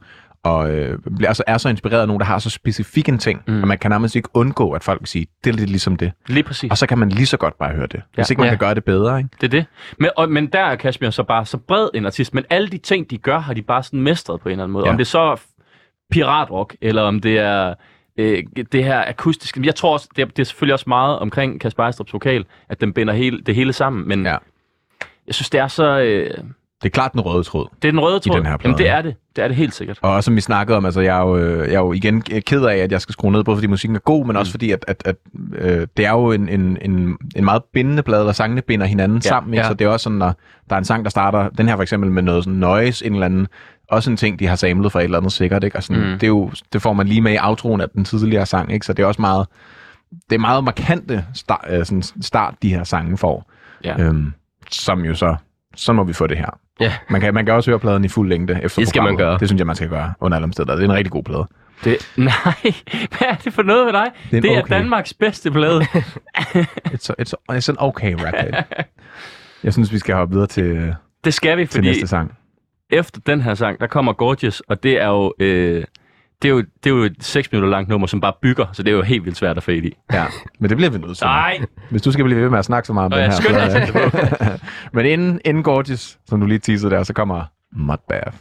og altså er så inspireret af nogen, der har så specifik en ting, at man kan nærmest ikke undgå, at folk vil sige, det er lidt ligesom det. Lige præcis. Og så kan man lige så godt bare høre det. Hvis ikke man kan gøre det bedre, ikke? Det er det. Men der er Kashmir så bare så bred en artist, men alle de ting, de gør, har de bare sådan mestret på en eller anden måde. Ja. Om det så piratrock, eller om det er det her akustiske. Jeg tror også, det er selvfølgelig også meget omkring Kasper Eistrups vokal, at den binder det hele sammen, men jeg synes, det er så... det er klart den røde tråd. Det er den røde tråd. I den her plade. Jamen, det er det. Det er det helt sikkert. Og som vi snakkede om, altså jeg er jo igen ked af, at jeg skal skrue ned, både fordi musikken er god, men også fordi, at det er jo en meget bindende plade, der sangene binder hinanden sammen. Ikke? Så det er også sådan, når der er en sang, der starter, den her for eksempel med noget sådan noise, en eller anden, også en ting, de har samlet fra et eller andet sikkert. Ikke? Og sådan, det får man lige med i outroen af den tidligere sang. Ikke? Så det er også meget markante start, de her sange får. Ja. Som jo så må vi få det her. Ja. Man kan også høre pladen i fuld længde efter det skal man gøre. Det synes jeg, man skal gøre under alle omstændigheder. Det er en rigtig god plade. Nej, hvad er det for noget med dig? Det er Danmarks bedste plade. It's an okay record. Jeg synes, vi skal hoppe videre til det skal vi, fordi næste sang. Efter den her sang, der kommer Gorgeous, og det er jo... Det er jo et 6 minutter langt nummer, som bare bygger, så det er jo helt vildt svært at fade i. Ja, men det bliver vi nødt til. Nej! Hvis du skal blive ved med at snakke så meget om den her. Men inden Gorgeous, som du lige teasede der, så kommer Mudbath.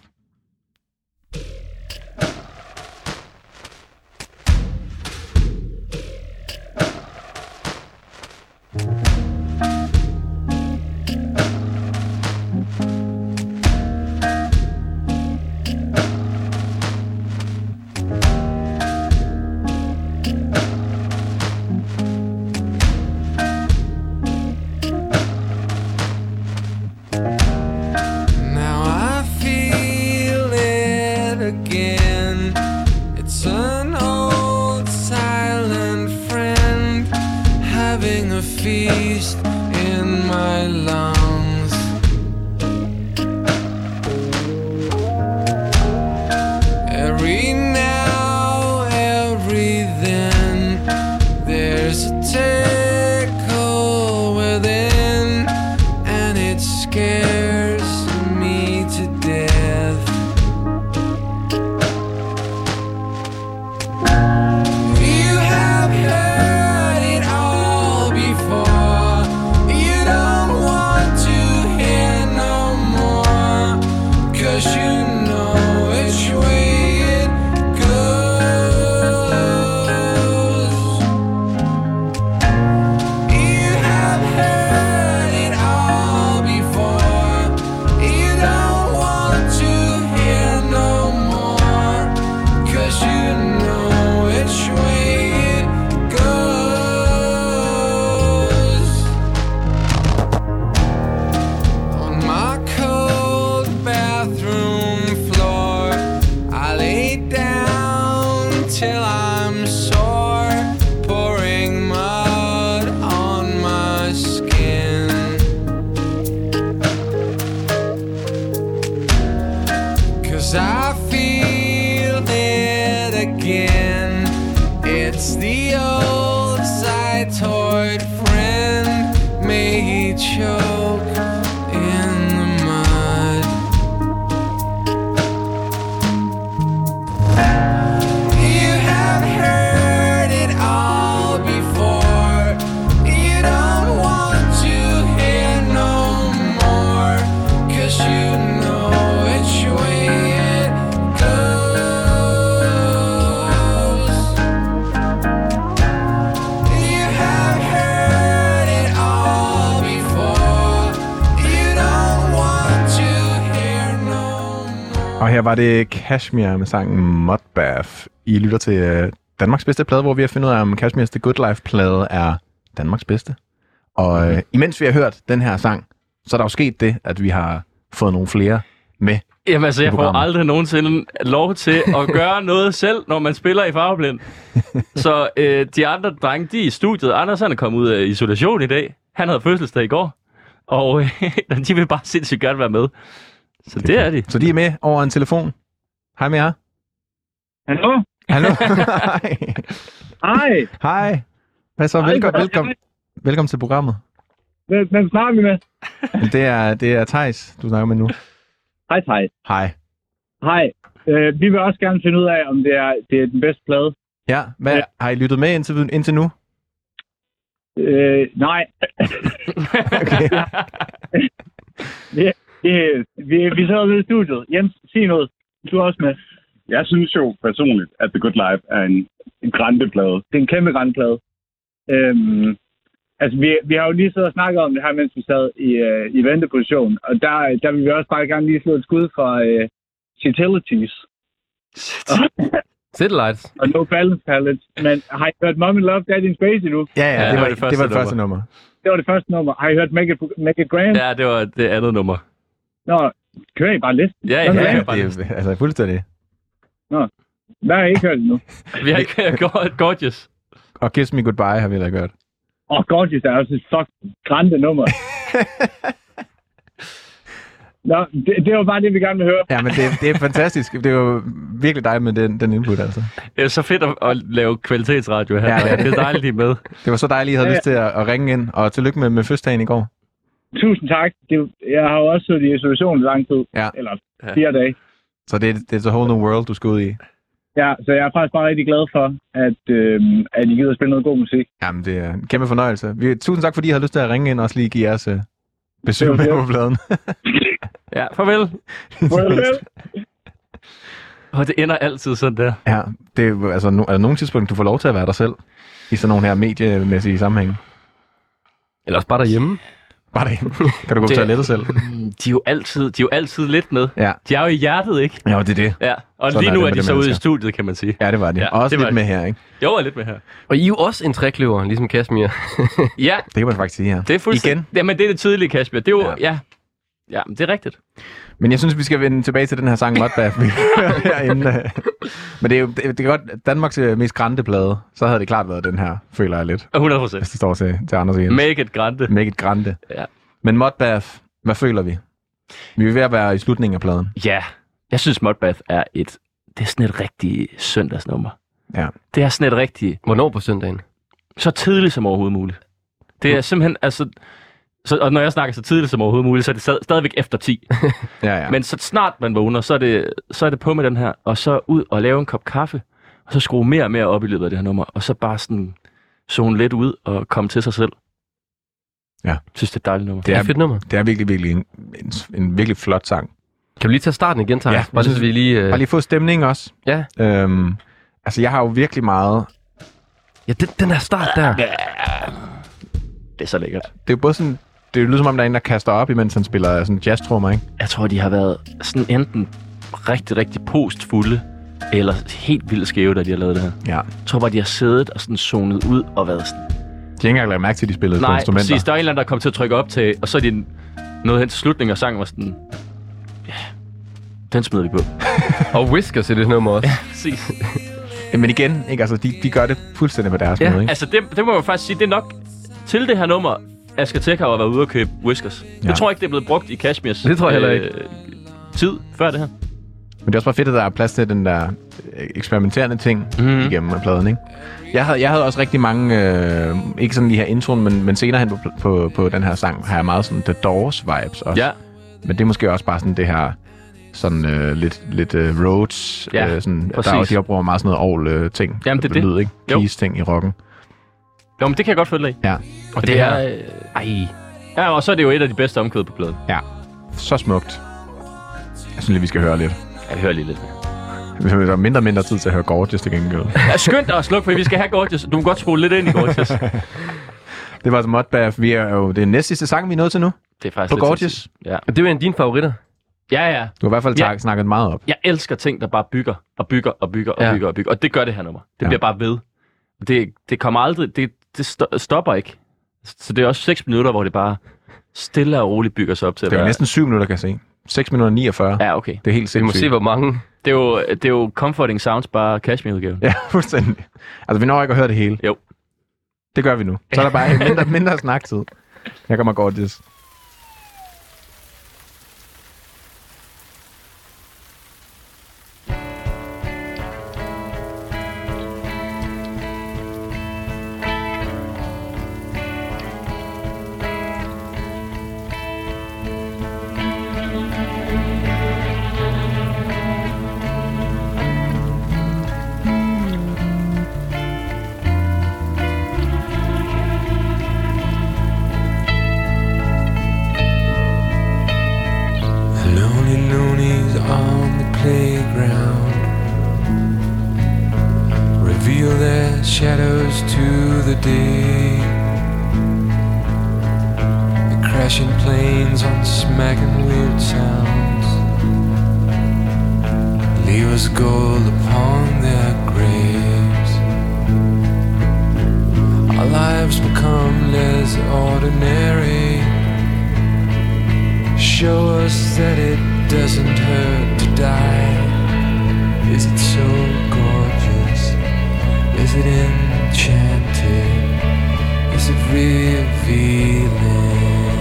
Og her var det Kashmir med sangen Mudbath. I lytter til Danmarks bedste plade, hvor vi har fundet ud af, om Kashmirs The Good Life-plade er Danmarks bedste. Og imens vi har hørt den her sang, så er der jo sket det, at vi har fået nogle flere med. Jamen altså, jeg får aldrig nogensinde lov til at gøre noget selv, når man spiller i Farveblind. Så de andre drenge, de er i studiet. Anders, han er kommet ud af isolation i dag. Han havde fødselsdag i går. Og de vil bare sindssygt gerne være med. Så det er de. Så de er med over en telefon. Hej med jer. Hallo? Hallo. Hej. Hej. Hvad så? Velkommen til programmet. Hvem snakker vi med? Det er Theis, du snakker med nu. Hej, Theis. Hej. Hej. Vi vil også gerne finde ud af, om det er den bedste plade. Ja, hvad har I lyttet med indtil nu? Nej. Okay. Vi sidder ved i studiet. Jens, sig noget. Du er også med. Jeg synes jo personligt, at The Good Life er en grænteplade. Det er en kæmpe grænteplade. Altså, vi har jo lige siddet og snakket om det her, mens vi sad i venteposition. Og der vil vi også bare gerne lige slå et skud fra Utilities. Satellites. Og No Balance Palettes. Men har I hørt Mom and Love Dead in Space endnu? Ja, det var det første nummer. Det var det første nummer. Har I hørt Make It Grand? Ja, det var det andet nummer. Nå, kører I bare listen? Ja, det er altså fuldstændig. Nå, hvad har I ikke hørt endnu? Vi har ikke hørt Gorgeous. Og Kiss Me Goodbye har vi heller ikke hørt. Gorgeous er også et fucking grænte nummer. Nå, det var bare det, vi gerne vil høre. Ja, men det er fantastisk. Det er jo virkelig dig med den input, altså. Det er så fedt at lave kvalitetsradio her. Ja, det er dejligt, I er med. Det var så dejligt, at I havde lyst til at ringe ind, og tillykke med fødselsdagen i går. Tusind tak. Jeg har jo også siddet i isolation lang tid. Ja. Eller 4 dage. Så det er a whole new world, du skal ud i. Ja, så jeg er faktisk bare rigtig glad for, at I gider at spille noget god musik. Jamen, det er en kæmpe fornøjelse. Tusind tak, fordi I har lyst til at ringe ind og også lige give jeres besøg med på pladen. Ja, farvel. Farvel. Og det ender altid sådan der. Ja, det er altså er der nogle tidspunkt, du får lov til at være dig selv i sådan nogle her mediemæssige sammenhæng. Eller også bare derhjemme. Bare derhjemme. Kan du gå på toilettet selv? De er jo altid lidt med. Ja. De er jo i hjertet, ikke? Ja, det er det. Ja. Og sådan lige nu er de så mennesker. ude i studiet, kan man sige. Ja, det var det. Ja, og også det var lidt med her, ikke? Jo, er lidt med her. Og I er jo også en trækløver, ligesom Kashmir. Ja. Det kan man faktisk sige her. Det er fuldstændig. Igen. Jamen, det er det tydelige, Kasper. Det er jo, ja, det er rigtigt. Men jeg synes, vi skal vende tilbage til den her sang Mudbath, vi hører herinde. Men det er jo det er godt Danmarks mest grande plade. Så havde det klart været den her, føler jeg lidt. 100%. Hvis det står til Anders og Jens. Make it grande. Make it grande. Ja. Men Mudbath, hvad føler vi? Vi er ved at være i slutningen af pladen. Ja, jeg synes Mudbath er sådan et rigtig søndagsnummer. Ja. Det er sådan et rigtig... Hvornår på søndagen? Så tidligt som overhovedet muligt. Det er simpelthen, altså... og når jeg snakker så tidligt som overhovedet muligt, så er det stadigvæk efter 10. Ja. Men så snart man vågner, så er det på med den her, og så ud og lave en kop kaffe, og så skrue mere og mere op i løbet af det her nummer, og så bare sådan zone lidt ud og komme til sig selv. Ja. Jeg synes, det er et dejligt nummer. Det er et fedt nummer. Det er virkelig, virkelig en virkelig flot sang. Kan vi lige tage starten igen, Thijs? Ja, bare så vi lige... Bare lige få stemning også. Ja. Altså, jeg har jo virkelig meget... Ja, den der start der. Det er så lækkert. Det er jo både sådan... Det er jo som om, der er en, der kaster op, imens han spiller sådan jazz-trummer, ikke? Jeg tror, de har været sådan enten rigtig, rigtig postfulde, eller helt vildt skæve, da de har lavet det her. Ja. Jeg tror bare, de har siddet og sådan zonet ud og været sådan... De har ikke engang lagt mærke til, at de spillede på Nej, instrumenter. præcis. Der er en eller anden, der kom til at trykke op til, og så er de nået hen til slutningen, og sangen var sådan... Ja, den smider vi på. Og Whiskers i det nummer også. Ja, præcis. Men igen, ikke? Altså, de gør det fuldstændig på deres måde, ikke? Altså, det må man faktisk sige, det er nok til det her nummer, Asger Tech har været ude og købe Whiskers. Ja. Jeg tror ikke, det er blevet brugt i Kashmirs det tror jeg heller ikke. Tid før det her. Men det er også bare fedt, at der er plads til den der eksperimenterende ting igennem pladen, ikke? Jeg havde også rigtig mange, ikke sådan lige her introen, men senere hen på den her sang, har jeg meget sådan The Doors-vibes også. Ja. Men det er måske også bare sådan det her, sådan lidt Rhodes, ja, sådan, der er også, de bruger meget sådan noget Aarhus-ting. Jamen, det er lyd, ikke? Jo. Keys-ting i rocken. Jo, men det kan jeg godt følge dig i. Ja. Og det er... Ja, og så er det jo et af de bedste omkvæd på pladen. Ja, så smukt. Jeg synes lige, vi skal høre lidt. Ja, vi hører lige lidt. Vi har mindre tid til at høre Gorgeous til gengæld. Ja, skyndt dig at slukke, for vi skal have Gorgeous. Du må godt spole lidt ind i Gorgeous. Det var altså Mudbath. Det er næste sidste sang, vi er nået til nu. Det er faktisk på Gorgeous. Ja. Og det var en af dine favoritter. Ja. Du har i hvert fald snakket meget op. Jeg elsker ting, der bare bygger. Og det gør det her nummer. Det bliver bare ved. Det kommer aldrig... Det stopper ikke. Så det er også 6 minutter, hvor det bare stille og roligt bygger sig op til at være... Det er være... næsten 7 minutter, kan jeg se. 6 minutter 49. Ja, okay. Det er helt sindssygt. Vi må se, hvor mange... Det er jo Comforting Sounds, bare Kashmir-udgaven. Ja, fuldstændig. Altså, vi når ikke at høre det hele. Jo. Det gør vi nu. Så er der bare mindre snaktid. Jeg kommer Gorgeous. Lonely loonies on the playground reveal their shadows to the day. The crashing planes on smacking weird sounds leave us gold upon their graves. Our lives become less ordinary. Show us that it doesn't hurt to die. Is it so gorgeous? Is it enchanted? Is it revealing?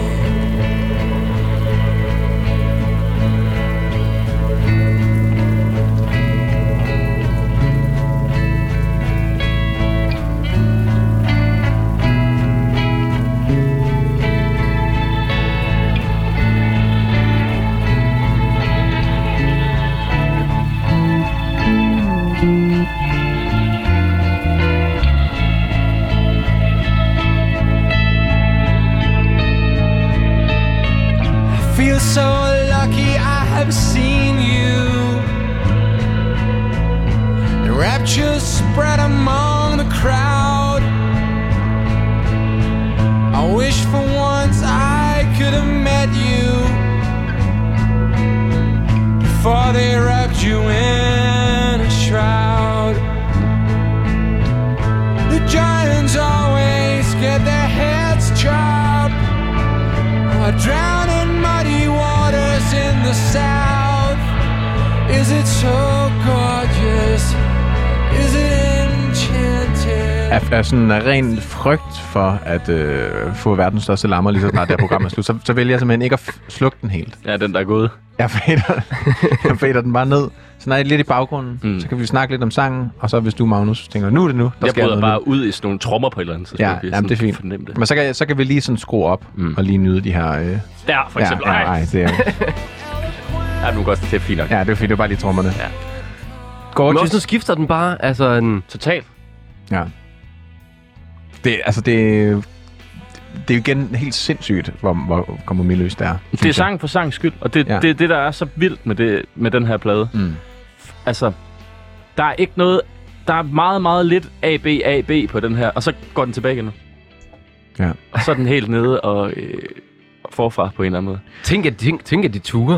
So lucky I have seen you. The rapture spread among the crowd. I wish for once I could have met you before they wrapped you in a shroud. The giants always get their heads chopped or drown in muddy waters in the south. Is it so gorgeous? Is it enchanted? Af sådan en ren frygt for at få verdens største lammer, lige så snart det program er slut, så vælger jeg simpelthen ikke at slukke den helt. Ja, den der er gået. Jeg fader den bare ned. Så når jeg er lidt i baggrunden, så kan vi snakke lidt om sangen, og så hvis du, Magnus, tænker, nu er det nu. Jeg bryder bare ud i sådan nogle trommer på et eller andet tidspunkt. Ja, jamen, det er fint. Fornemme. Men så kan vi lige sådan skrue op og lige nyde de her... Der, for eksempel. Det er... Ja, nu går det fint nok. Ja, det er fint, det er bare lige trommerne. Ja. Men også nu skifter den bare, altså en... Totalt. Ja. Det er jo igen helt sindssygt, hvor kompromisløst det er. Det er sang for sangs skyld, og det er det, der er så vildt med den her plade. Altså, der er ikke noget... Der er meget, meget lidt A-B på den her, og så går den tilbage igen. Ja. Og så er den helt nede og forfra på en eller anden måde. Tænk at de turer.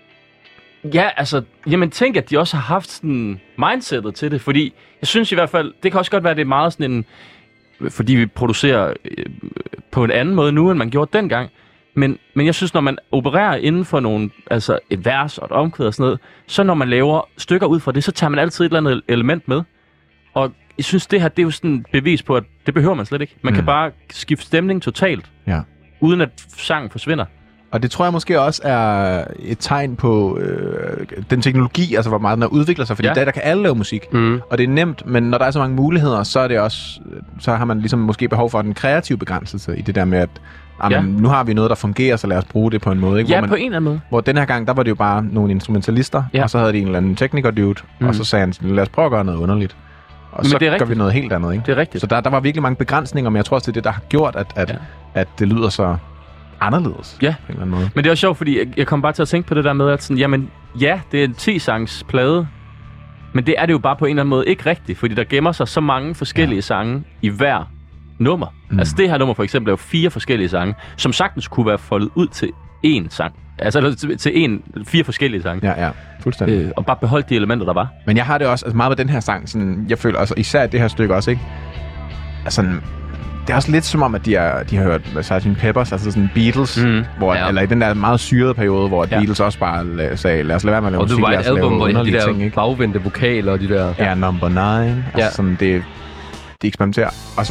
Ja, altså, jamen tænk, at de også har haft sådan mindsetet til det, fordi jeg synes i hvert fald, det kan også godt være, at det er meget sådan en... Fordi vi producerer på en anden måde nu, end man gjorde dengang. Men jeg synes, når man opererer inden for nogle, altså et vers og et omkvæd og sådan noget, så når man laver stykker ud fra det, så tager man altid et eller andet element med. Og jeg synes, det her, det er jo sådan et bevis på, at det behøver man slet ikke. Man kan bare skifte stemning totalt, uden at sangen forsvinder. Og det tror jeg måske også er et tegn på den teknologi, altså hvor meget den har udviklet sig, fordi der kan alle lave musik, og det er nemt, men når der er så mange muligheder, så er det også, så har man ligesom måske behov for den kreative begrænselse i det der med, at nu har vi noget, der fungerer, så lad os bruge det på en måde. Ikke? Ja, på en eller anden måde. Hvor den her gang, der var det jo bare nogle instrumentalister, og så havde de en eller anden tekniker-dude, og så sagde han, lad os prøve at gøre noget underligt. Og men så gør vi noget helt andet, ikke? Det er rigtigt. Så der var virkelig mange begrænsninger, men jeg tror også, det er det, der har gjort, at det lyder så anderledes. Ja, på en eller anden måde. Men det er også sjovt, fordi jeg kom bare til at tænke på det der med, at sådan, jamen, ja, det er en 10-sangs plade, men det er det jo bare på en eller anden måde ikke rigtigt, fordi der gemmer sig så mange forskellige sange i hver nummer. Altså det her nummer for eksempel er jo 4 forskellige sange, som sagtens kunne være foldet ud til én sang. Altså til 4 forskellige sange. Ja, fuldstændig. Og bare beholde de elementer, der var. Men jeg har det også, altså meget med den her sang, sådan, jeg føler også, især det her stykke også, ikke? Altså, det er også lidt som om, at de har hørt Sgt. Peppers, altså sådan Beatles, eller i den der meget syrede periode, hvor Beatles også bare sagde, lad os lade være med at lave musik, lad os lave album, hvor de der ting, bagvendte vokaler og de der... Ja, Number 9, altså sådan, de eksperimenterer, og så,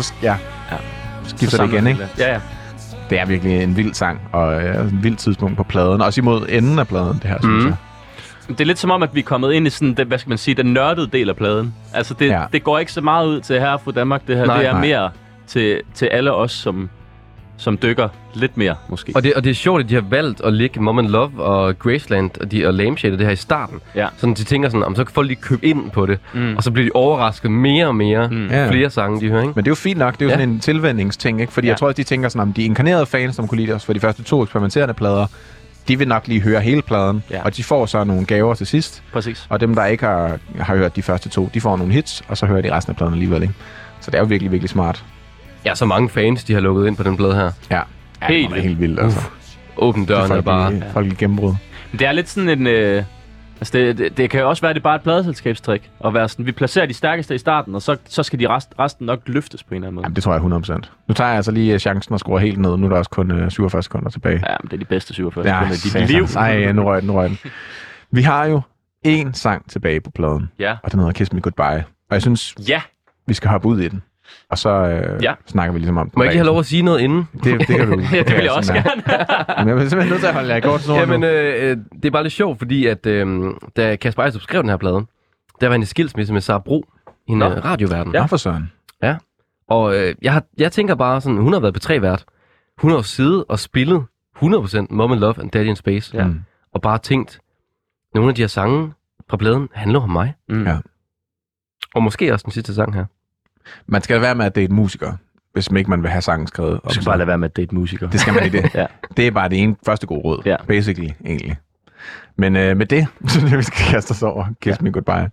skifter det igen, ikke? Ja. Det er virkelig en vild sang, og en vild tidspunkt på pladen, også imod enden af pladen, det her, synes jeg. Det er lidt som om, at vi er kommet ind i sådan, hvad skal man sige, den nørdede del af pladen. Altså, det går ikke så meget ud til Herre for Danmark, det her. Det er mere til alle os, som dykker lidt mere, måske. Og det er sjovt, at de har valgt at lægge Mom and Love og Graceland og Lame Shade det her i starten. Ja. Sådan, de tænker sådan, så kan folk lige købe ind på det. Og så bliver de overrasket mere og mere. Flere sange, de hører, ikke? Men det er jo fint nok. Det er jo sådan en tilvændingsting, ikke? Fordi jeg tror, at de tænker sådan, om de inkarnerede fans, som kunne lide os for de første 2 eksperimenterende plader, de vil nok lige høre hele pladen, og de får så nogle gaver til sidst. Præcis. Og dem, der ikke har hørt de første 2, de får nogle hits, og så hører de resten af pladen alligevel, ikke? Så det er jo virkelig, virkelig smart. Ja, så mange fans, de har lukket ind på den plade her. Ja, det er helt vildt, altså. Åbn døren er bare... Folk i gennembrud. Men det er lidt sådan en... det kan jo også være, at det er bare et pladeselskabstrik. Og være sådan, vi placerer de stærkeste i starten, og så skal de resten nok løftes på en eller anden måde. Jamen, det tror jeg 100%. Nu tager jeg altså lige chancen og skruer helt ned. Nu er der også kun 47 sekunder tilbage. Ja, men det er de bedste 47 sekunder i dit liv. Nej, nu røg den. Vi har jo én sang tilbage på pladen, og den hedder Kiss Me Goodbye. Og jeg synes, vi skal hoppe ud i den. Og så snakker vi ligesom om det. Må jeg ikke have lov at sige noget inden? Det kan du. Ja, det vil jeg også gerne. Men jeg vil simpelthen nødt til at holde jer i kort snor. Jamen, det er bare lidt sjovt, fordi at da Kasper Ejstrup skrev den her plade, der var han i skilsmisse med Sara Bro i en radioverden. Ja, for søren. Ja. Og jeg tænker bare sådan, hun har været på 3-vært. Hun har jo siddet og spillet 100% Mom and Love and Daddy in Space. Ja. Og bare tænkt, nogle af de her sange fra pladen handler om mig. Ja. Og måske også den sidste sang her. Man skal være med at date musikere, hvis ikke man vil have sangen skrevet. Du skal bare lade være med at date musikere. Det skal man ikke det. Det er bare det første gode råd, basically, egentlig. Men med det, så synes jeg, vi skal kaste os over Kiss Me Goodbye.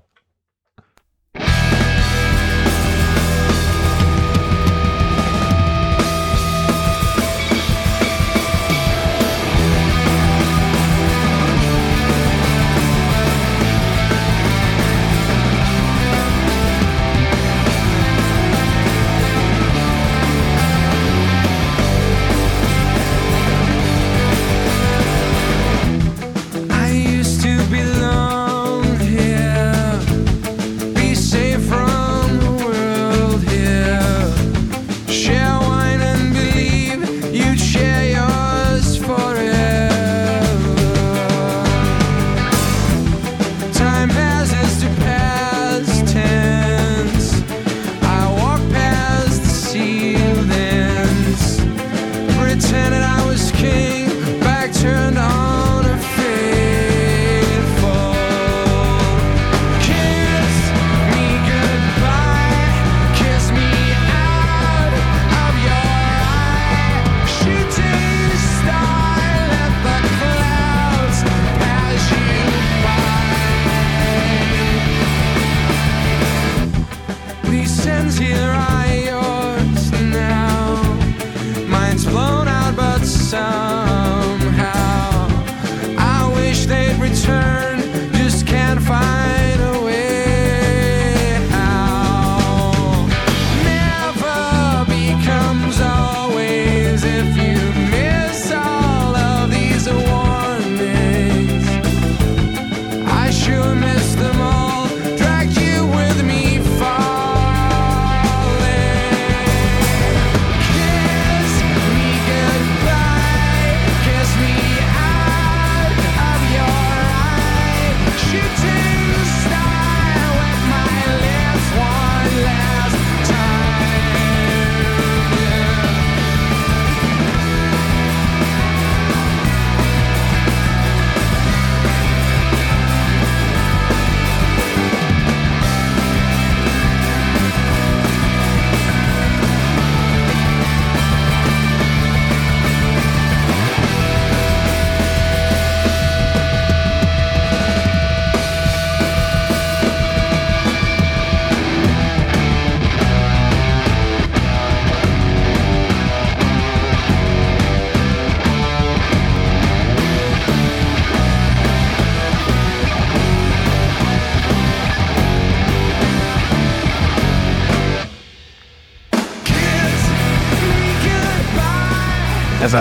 Altså,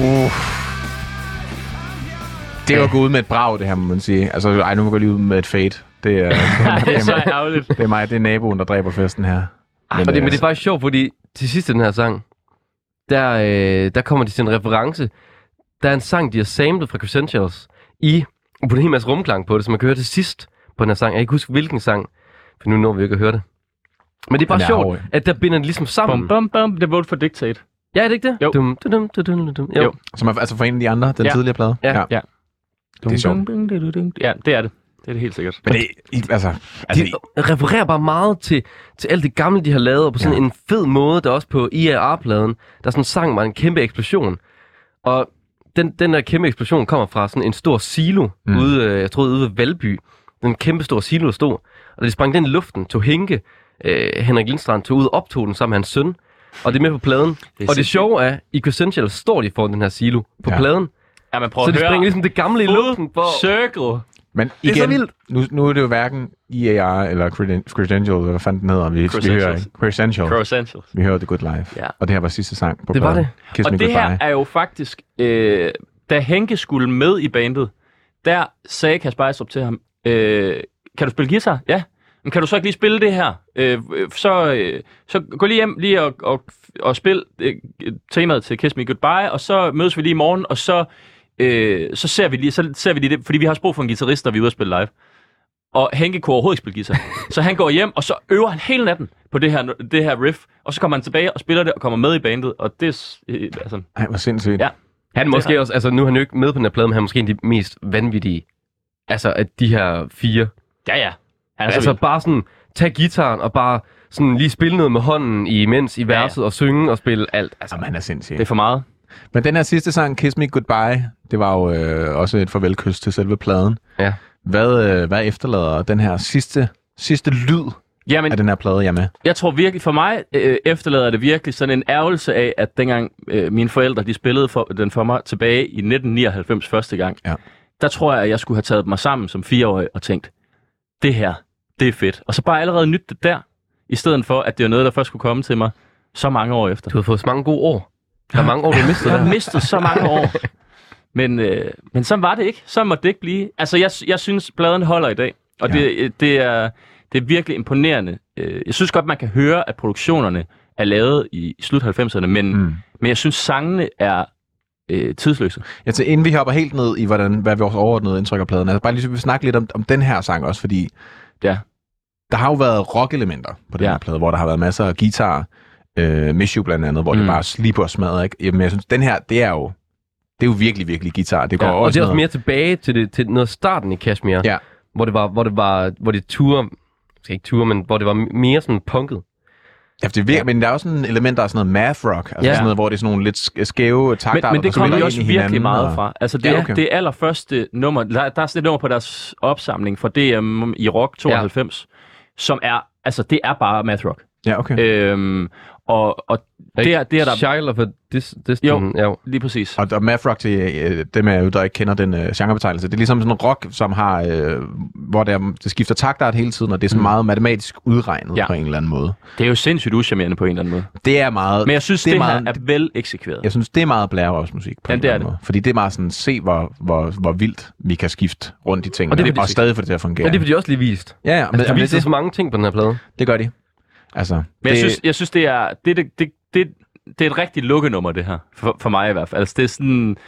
det var gået ud med et brag, det her, må man sige. Altså, nu må jeg lige ud med et fade. Det er så ærgerligt. Det er mig, det er naboen, der dræber festen her. Men det er faktisk sjovt, fordi til sidst i den her sang, der kommer de til en reference. Der er en sang, de har samlet fra Crescentials og på en hel masse rumklang på det, som man kan høre til sidst på den her sang. Jeg kan ikke huske, hvilken sang, for nu når vi ikke at høre det. Men det er bare sjovt, at der binder det ligesom sammen. Det er Vote for Dictate. Ja, er det ikke det? Jo. Jo. Som er altså for en af de andre, den tidligere plade? Ja. Det er sjovt. Ja, det er det. Det er det helt sikkert. Men det, de refererer bare meget til alt det gamle, de har lavet, og på sådan en fed måde, der også på IAR-pladen, der sådan sang mig en kæmpe eksplosion. Og den der kæmpe eksplosion kommer fra sådan en stor silo ude, jeg troede ude ved Valby. Den kæmpe store silo, der stod. Og de sprang den i luften, tog Henke, Henrik Lindstrand, tog ud og optog den sammen med hans søn. Og det er med på pladen. Og det sjove er, i Quintessential står de foran den her silo på pladen. Ja, man prøver så de springer ligesom det gamle i luften. Circle. Men igen, det er så vildt. Nu er det jo hverken EAR eller Credential, hvad fanden den hedder, vi hører. Credential. Vi hører The Good Life. Ja. Og det her var sidste sang på det pladen. Var det. Kiss og Me det Goodbye. Her er jo faktisk, da Henke skulle med i bandet, der sagde Kasper Ejstrup til ham, kan du spille guitar? Ja. Men kan du så ikke lige spille det her? Så gå lige hjem lige og spil temaet til Kiss Me Goodbye, og så mødes vi lige i morgen, og så ser vi lige det, fordi vi har brug for en guitarist, når vi er ude at spille live. Og Henke kunne overhovedet ikke spille guitar. Så han går hjem, og så øver han hele natten på det her riff, og så kommer han tilbage og spiller det, og kommer med i bandet, og det er altså... Ej, hvor sindssygt. Ja. Han måske også, altså nu er han jo ikke med på den her plade, men han er måske en af de mest vanvittige, altså af de her 4. Ja. Altså bare sådan, tage gitaren og bare sådan lige spille noget med hånden imens i verset og synge og spille alt. Altså, han er sindssygt. Det er for meget. Men den her sidste sang, Kiss Me Goodbye, det var jo også et farvelkys til selve pladen. Ja. Hvad efterlader den her sidste lyd af den her plade, jeg med? Jeg tror virkelig, for mig efterlader det virkelig sådan en ærgelse af, at dengang mine forældre, de spillede den for mig tilbage i 1999 første gang, der tror jeg, at jeg skulle have taget mig sammen som 4-årig og tænkt, det her, det er fedt. Og så bare allerede nyt det der, i stedet for, at det var noget, der først skulle komme til mig så mange år efter. Du har fået så mange gode år. Der er mange år, du har mistet. Jeg har mistet så mange år. Men så var det ikke. Så måtte det ikke blive. Altså, jeg synes, pladen holder i dag. Og det er virkelig imponerende. Jeg synes godt, man kan høre, at produktionerne er lavet i slut 90'erne, men jeg synes, sangene er tidsløse. Ja, så inden vi hopper helt ned i, hvad vores overordnede indtryk af pladen er, bare lige så vi vil snakke lidt om den her sang også, fordi der har jo været rock-elementer på den her plade, hvor der har været masser af guitar, Miss You blandt andet, hvor det bare slipper og smadrer, ikke? Jamen, jeg synes, den her, det er jo virkelig, virkelig guitar. Det går også og det er også mere tilbage til noget starten i Kashmir, hvor det turer, men hvor det var mere sådan punket. Ja, det virker, men der er også sådan elementer af sådan noget math rock, altså sådan noget, hvor det er sådan nogle lidt skæve takter. Men det kommer jo også virkelig meget fra. Altså det allerførste nummer, der er sådan et nummer på deres opsamling fra DM i Rock 92, som er, altså det er bare math rock. Ja, okay. Og det er der... Child of a Jo, lige præcis. Og math rock til dem af der ikke kender den genrebetegnelse, det er ligesom sådan en rock, som har, hvor det skifter taktart hele tiden, og det er sådan meget matematisk udregnet på en eller anden måde. Det er jo sindssygt uschammerende på en eller anden måde. Det er meget... Men jeg synes, det her er vel eksekveret. Jeg synes, det er meget blærerocksmusik på en eller anden måde. Fordi det er meget sådan, se hvor vildt vi kan skifte rundt i tingene, og stadig få det til at fungere. Men det vil de også lige vist. Ja. Altså, de viser så mange ting på den her plade. Det gør de. Altså, men jeg synes, det er et rigtig lukkenummer, det her. For mig i hvert fald. Altså, det er sådan...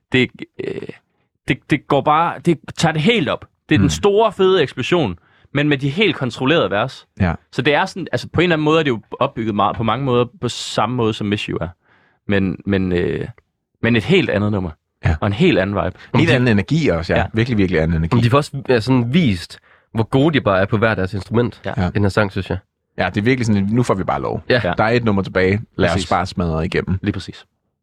Det går bare... Det tager det helt op. Det er den store, fede eksplosion, men med de helt kontrollerede vers. Ja. Så det er sådan... Altså, på en eller anden måde er det jo opbygget meget, på mange måder på samme måde, som Miss You er. Men et helt andet nummer. Ja. Og en helt anden vibe. Helt anden energi også, ja. Virkelig, virkelig anden energi. Men de får også sådan vist, hvor gode de bare er på hver deres instrument. Ja. Den her sang, synes jeg. Ja, det er virkelig sådan, nu får vi bare lov. Ja. Der er et nummer tilbage. Lad os bare smadre igennem. Lige præcis.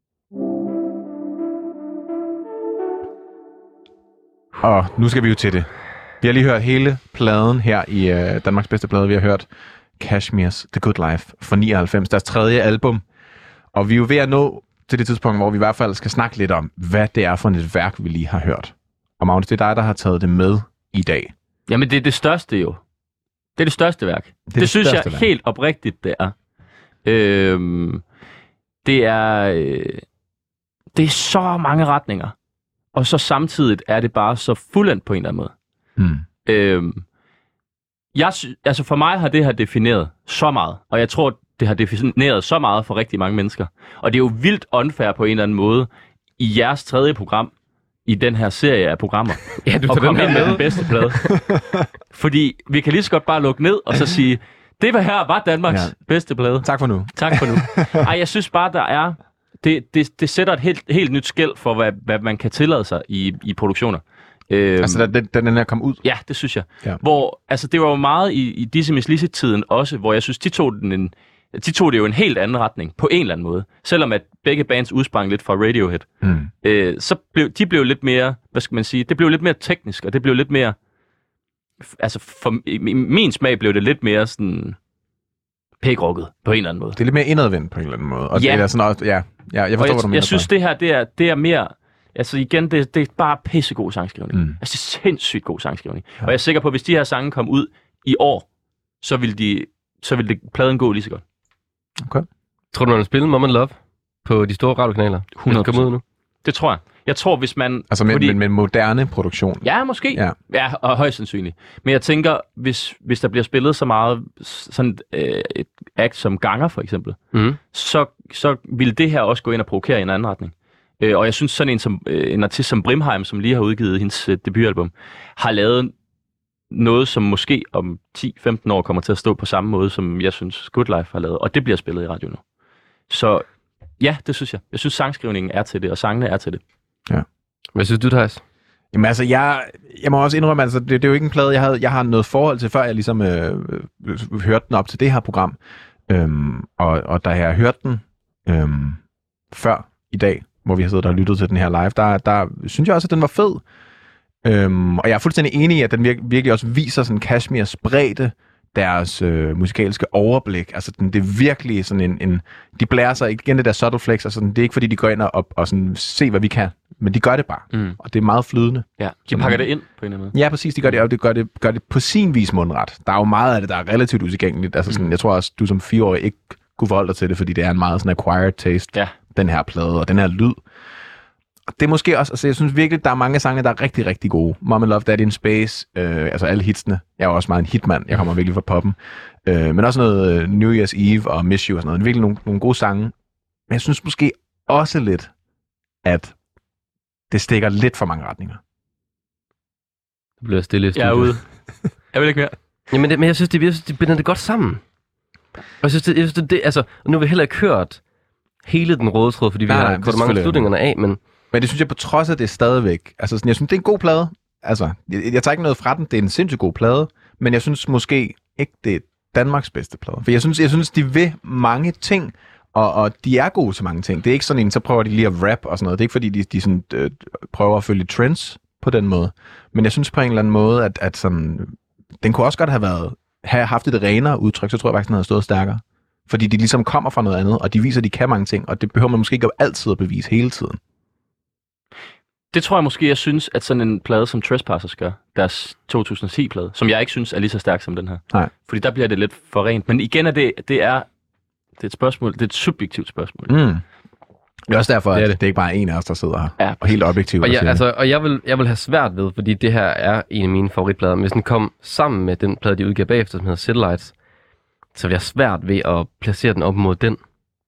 Og nu skal vi jo til det. Vi har lige hørt hele pladen her i Danmarks bedste plade. Vi har hørt Kashmir's The Good Life fra 99, deres 3. album. Og vi er jo ved at nå til det tidspunkt, hvor vi i hvert fald skal snakke lidt om, hvad det er for et værk, vi lige har hørt. Og Magnus, det er dig, der har taget det med i dag. Jamen, det er det største jo. Det er det største værk. Det synes jeg helt oprigtigt, det er. Det er så mange retninger. Og så samtidig er det bare så fuldendt på en eller anden måde. Altså for mig har det her defineret så meget. Og jeg tror, det har defineret så meget for rigtig mange mennesker. Og det er jo vildt unfair på en eller anden måde i jeres 3. program i den her serie af programmer. Ja, du tager den her med den bedste plade. Fordi vi kan lige så godt bare lukke ned og så sige, det var Danmarks bedste plade. Tak for nu. Ej, jeg synes bare, der er... Det sætter et helt nyt skel for, hvad man kan tillade sig i produktioner. Altså, da den her kom ud? Ja, det synes jeg. Ja. Hvor, altså, det var jo meget i Dizzy Miss Lizzy-tiden også, hvor jeg synes, de tog den de tog det jo en helt anden retning, på en eller anden måde. Selvom at begge bands udsprang lidt fra Radiohead. Så blev de lidt mere, hvad skal man sige, det blev lidt mere teknisk, og det blev lidt mere, altså i min smag blev det lidt mere sådan pækrukket på en eller anden måde. Det er lidt mere indadvendt på en eller anden måde. Og det er sådan også, jeg forstår, hvad du mener. Jeg synes, det her, det er mere, altså igen, det er bare pissegod sangskrivning. Altså det er sindssygt god sangskrivning. Ja. Og jeg er sikker på, at hvis de her sange kom ud i år, så ville pladen gå lige så godt. Okay. Tror du, man vil spille Mom and Love på de store radiokanaler? 100%. Kommer ud nu? Det tror jeg. Jeg tror, hvis man... Altså med moderne produktion? Ja, måske. Ja, og højst sandsynligt. Men jeg tænker, hvis der bliver spillet så meget sådan et act som Ganger, for eksempel, så vil det her også gå ind og provokere i en anden retning. Og jeg synes, sådan en artist som Brimheim, som lige har udgivet hendes debutalbum, har lavet noget, som måske om 10-15 år kommer til at stå på samme måde, som jeg synes Good Life har lavet. Og det bliver spillet i radio nu. Så ja, det synes jeg. Jeg synes, sangskrivningen er til det, og sangene er til det. Ja. Hvad synes du, Theis? Jamen altså, jeg må også indrømme, altså, det er jo ikke en plade, jeg har noget forhold til, før jeg ligesom hørte den op til det her program. Og da jeg hørte den før i dag, hvor vi har siddet og lyttet til den her live, der synes jeg også, at den var fed. Og jeg er fuldstændig enig i, at den virkelig også viser sådan Kashmirs bredde, deres musikalske overblik. Altså, det er virkelig sådan en de blærer sig igen det der subtle flex, altså, det er ikke fordi, de går ind og sådan, se, hvad vi kan, men de gør det bare. Og det er meget flydende. Ja, de pakker det ind på en eller anden måde. Ja, præcis, de gør det, og det gør det på sin vis mundret. Der er jo meget af det, der er relativt utilgængeligt. Altså, sådan, jeg tror også, du som 4-årig ikke kunne forholde dig til det, fordi det er en meget sådan acquired taste, den her plade og den her lyd. Og det er måske også, altså jeg synes virkelig, der er mange sange, der er rigtig, rigtig gode. Mom and Love, Daddy in Space, altså alle hitsene. Jeg er også meget en hitmand, jeg kommer virkelig fra poppen. Men også noget New Year's Eve og Miss You og sådan noget. Virkelig nogle gode sange. Men jeg synes måske også lidt, at det stikker lidt for mange retninger. Det bliver stille i studiet. Jeg er ude. Jeg vil ikke mere. Jamen, men jeg synes, de binder det godt sammen. Og jeg synes, det altså, nu har vi heller ikke hørt hele den røde tråd, fordi vi har gået mange slutningerne af, men det synes jeg på trods af det stadigvæk. Altså, sådan, jeg synes, det er en god plade. Altså, jeg tager ikke noget fra den. Det er en sindssygt god plade. Men jeg synes måske ikke, det er Danmarks bedste plade. For jeg synes de vil mange ting, og de er gode til mange ting. Det er ikke sådan en, så prøver de lige at rap og sådan noget. Det er ikke fordi, de sådan, prøver at følge trends på den måde. Men jeg synes på en eller anden måde, at sådan, den kunne også godt have haft et renere udtryk, så tror jeg faktisk, den havde stået stærkere. Fordi de ligesom kommer fra noget andet, og de viser, at de kan mange ting, og det behøver man måske ikke altid at bevise hele tiden. Det tror jeg måske, jeg synes, at sådan en plade som Trespassers gør, deres 2010-plade, som jeg ikke synes er lige så stærk som den her. Nej. Fordi der bliver det lidt for rent. Men igen er det er et spørgsmål, det er et subjektivt spørgsmål. Det er også derfor, at det er ikke bare en af os, der sidder her. Ja, og helt objektivt. Og jeg vil have svært ved, fordi det her er en af mine favoritplader. Hvis den kom sammen med den plade, de udgav bagefter, som hedder Satellites, så vil jeg have svært ved at placere den op mod den.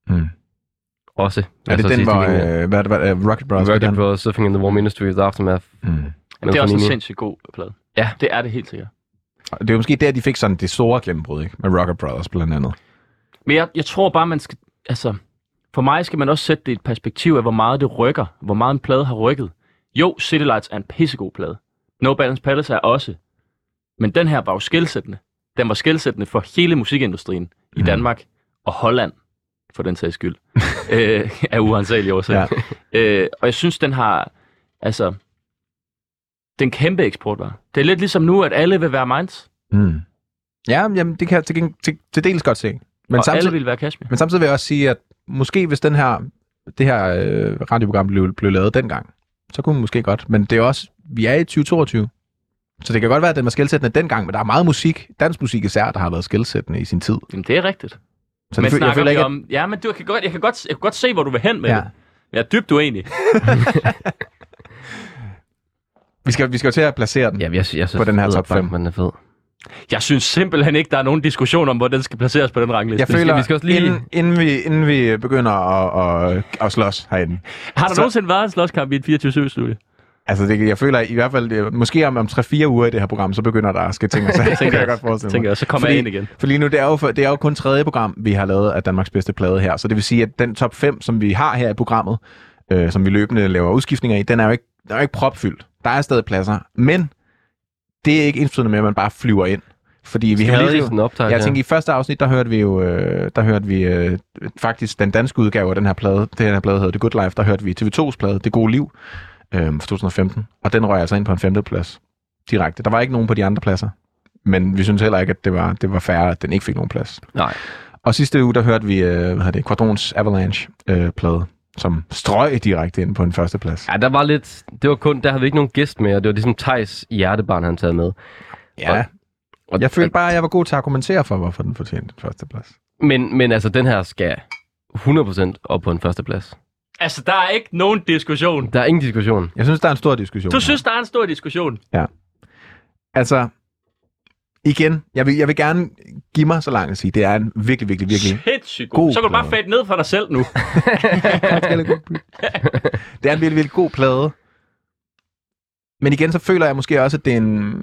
Også. Er det den, hvor Rocket Brothers? Rocket Brothers, Surfing in the Warm Industry, The Aftermath. Jamen, det er også en sindssygt god plade. Ja, det er det helt sikkert. Det er jo måske der, de fik sådan det store gennembrud, ikke? Med Rocket Brothers blandt andet. Men jeg tror bare, man skal... Altså, for mig skal man også sætte det i et perspektiv af, hvor meget det rykker. Hvor meget en plade har rykket. Jo, City Lights er en pissegod plade. No Balance Palace er også. Men den her var jo skelsættende. Den var skelsættende for hele musikindustrien i Danmark og Holland, for den sags skyld, af uansagelige årsager. Ja. Og jeg synes, den har, altså, den kæmpe eksportvare. Det er lidt ligesom nu, at alle vil være Minds. Ja, jamen, det kan jeg til dels godt se. Men og samtidig, alle vil være Kashmir. Men samtidig vil jeg også sige, at måske hvis det her radioprogram blev lavet dengang, så kunne man måske godt. Men det er også, vi er i 2022. Så det kan godt være, at den var skelsættende dengang, men der er meget musik, dansk musik især, der har været skelsættende i sin tid. Jamen, det er rigtigt. Så men snakker vi om... Ja, men jeg kan godt se, hvor du vil hen med det. Jeg er dybt uenig. vi skal jo til at placere den jeg synes, på den her top 5. Den er fed. Jeg synes simpelthen ikke, der er nogen diskussion om, hvor den skal placeres på den rangliste. Jeg føler, vi skal også lige... inden vi begynder at slås herinde. Har der nogensinde været en slåskamp i et 24/7-studie? Altså, jeg føler i hvert fald, måske om 3-4 uger i det her program, så begynder der at ske ting. Så kan jeg godt forestille mig. Så kommer jeg ind igen. For lige nu, det er jo kun tredje program, vi har lavet af Danmarks bedste plade her. Så det vil sige, at den top 5, som vi har her i programmet, som vi løbende laver udskiftninger i, den er jo ikke propfyldt. Der er stadig pladser, men det er ikke ensbetydende med, at man bare flyver ind. Fordi vi Skal vi havde lige jo... rise den op, tak, Jeg tænker, i første afsnit, der hørte vi faktisk den danske udgave af den her plade. Den her plade hedder The Good Life. Der hørte vi TV2's plade, Det Gode Liv, fra 2015. Og den røg altså ind på en 5. plads direkte. Der var ikke nogen på de andre pladser. Men vi synes heller ikke, at det var fair, at den ikke fik nogen plads. Nej. Og sidste uge, der hørte vi Quadrons Avalanche-plade, som strøg direkte ind på en 1. plads. Ja, der havde vi ikke nogen gæst med, og det var ligesom Theis hjertebarn, han taget med. Ja, og jeg følte bare, at jeg var god til at argumentere for, hvorfor den fortjente den 1. plads. Men altså, den her skal 100% op på en 1. plads. Altså, der er ikke nogen diskussion. Der er ingen diskussion. Jeg synes, der er en stor diskussion. Du synes, der er en stor diskussion? Ja. Altså, igen, jeg vil gerne give mig så langt at sige, det er en virkelig sindssygt god. Så kan du bare fade ned for dig selv nu. Det er en virkelig god plade. Men igen, så føler jeg måske også, at det er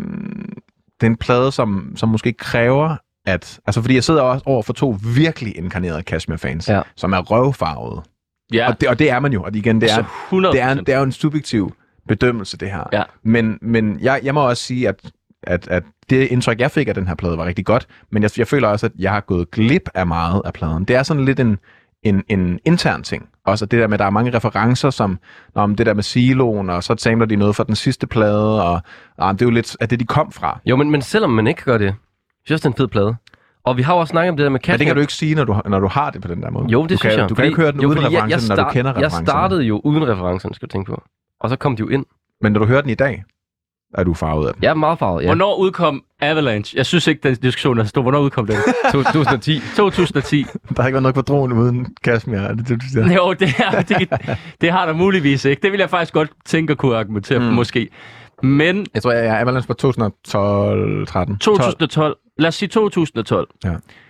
en plade, som måske kræver, at... Altså, fordi jeg sidder også over for 2 virkelig inkarnerede Kashmir-fans, som er røvfarvede. Ja. Og det er man jo. Og igen, det er jo en subjektiv bedømmelse, det her. Ja. Men jeg må også sige, at det indtryk, jeg fik af den her plade, var rigtig godt. Men jeg føler også, at jeg har gået glip af meget af pladen. Det er sådan lidt en intern ting. Også det der med, at der er mange referencer, som det der med siloen, og så samler de noget fra den sidste plade, og det er jo lidt af det, de kom fra. Jo, men selvom man ikke gør det, så er det en fed plade. Og vi har også snakket om det der med Kashmir. Men det kan du ikke sige, når du har det på den der måde. Jo, det synes jeg. Du kan ikke høre den uden referencen, når du kender referencen. Jeg startede jo uden referencen, skal du tænke på. Og så kom de jo ind. Men når du hører den i dag, er du farvet af den? Jeg er meget farvet, ja. Hvornår udkom Avalanche? Jeg synes ikke, den diskussion er stor. Hvornår udkom den? 2010. 2010. Der har ikke været noget Quadron uden Kashmir, er det du siger? Jo, det har der muligvis ikke. Det vil jeg faktisk godt tænke at kunne argumentere for, måske. Men... Jeg tror, jeg er Avalanche på 2012-13. 2012. Lad os sige 2012. Ja.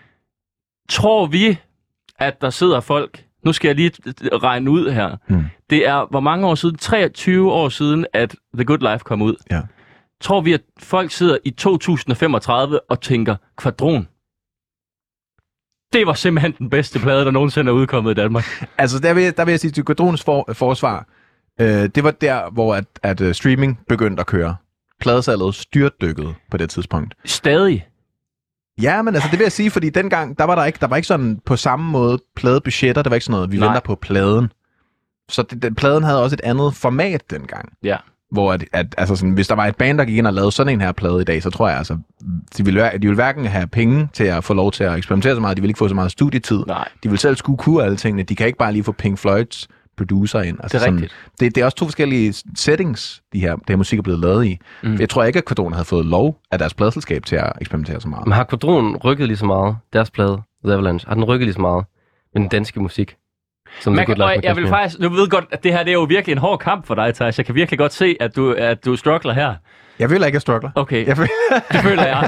Tror vi, at der sidder folk... Nu skal jeg lige regne ud her. Det er, hvor mange år siden? 23 år siden, at The Good Life kom ud. Ja. Tror vi, at folk sidder i 2035 og tænker, Quadron. Det var simpelthen den bedste plade, der nogensinde er udkommet i Danmark. Altså, der vil jeg sige, til Quadrons forsvar, det var der, hvor at streaming begyndte at køre. Pladesalget styrtdykkede på det tidspunkt. Stadig? Ja, men altså, det vil jeg sige, fordi dengang, der var ikke sådan på samme måde pladebudgetter, der var ikke sådan noget, vi venter på pladen. Så pladen havde også et andet format dengang. Ja. Hvor altså sådan, hvis der var et band, der gik ind og lavede sådan en her plade i dag, så tror jeg altså, de ville hverken have penge til at få lov til at eksperimentere så meget, de vil ikke få så meget studietid. Nej. De vil selv kunne alle tingene. De kan ikke bare lige få Pink Floyds producer ind. Altså det er sådan, rigtigt. Det er også 2 forskellige settings, det her musik er blevet lavet i. Jeg tror ikke, at Quadron havde fået lov af deres pladeselskab til at eksperimentere så meget. Men har Quadron rykket lige så meget, deres plade, The Avalanche, har den rykket lige så meget med den danske musik? Jeg vil faktisk, du ved godt, at det her det er jo virkelig en hård kamp for dig, Theis. Jeg kan virkelig godt se, at du struggler her. Jeg føler ikke, at jeg struggler. Okay, det føler jeg.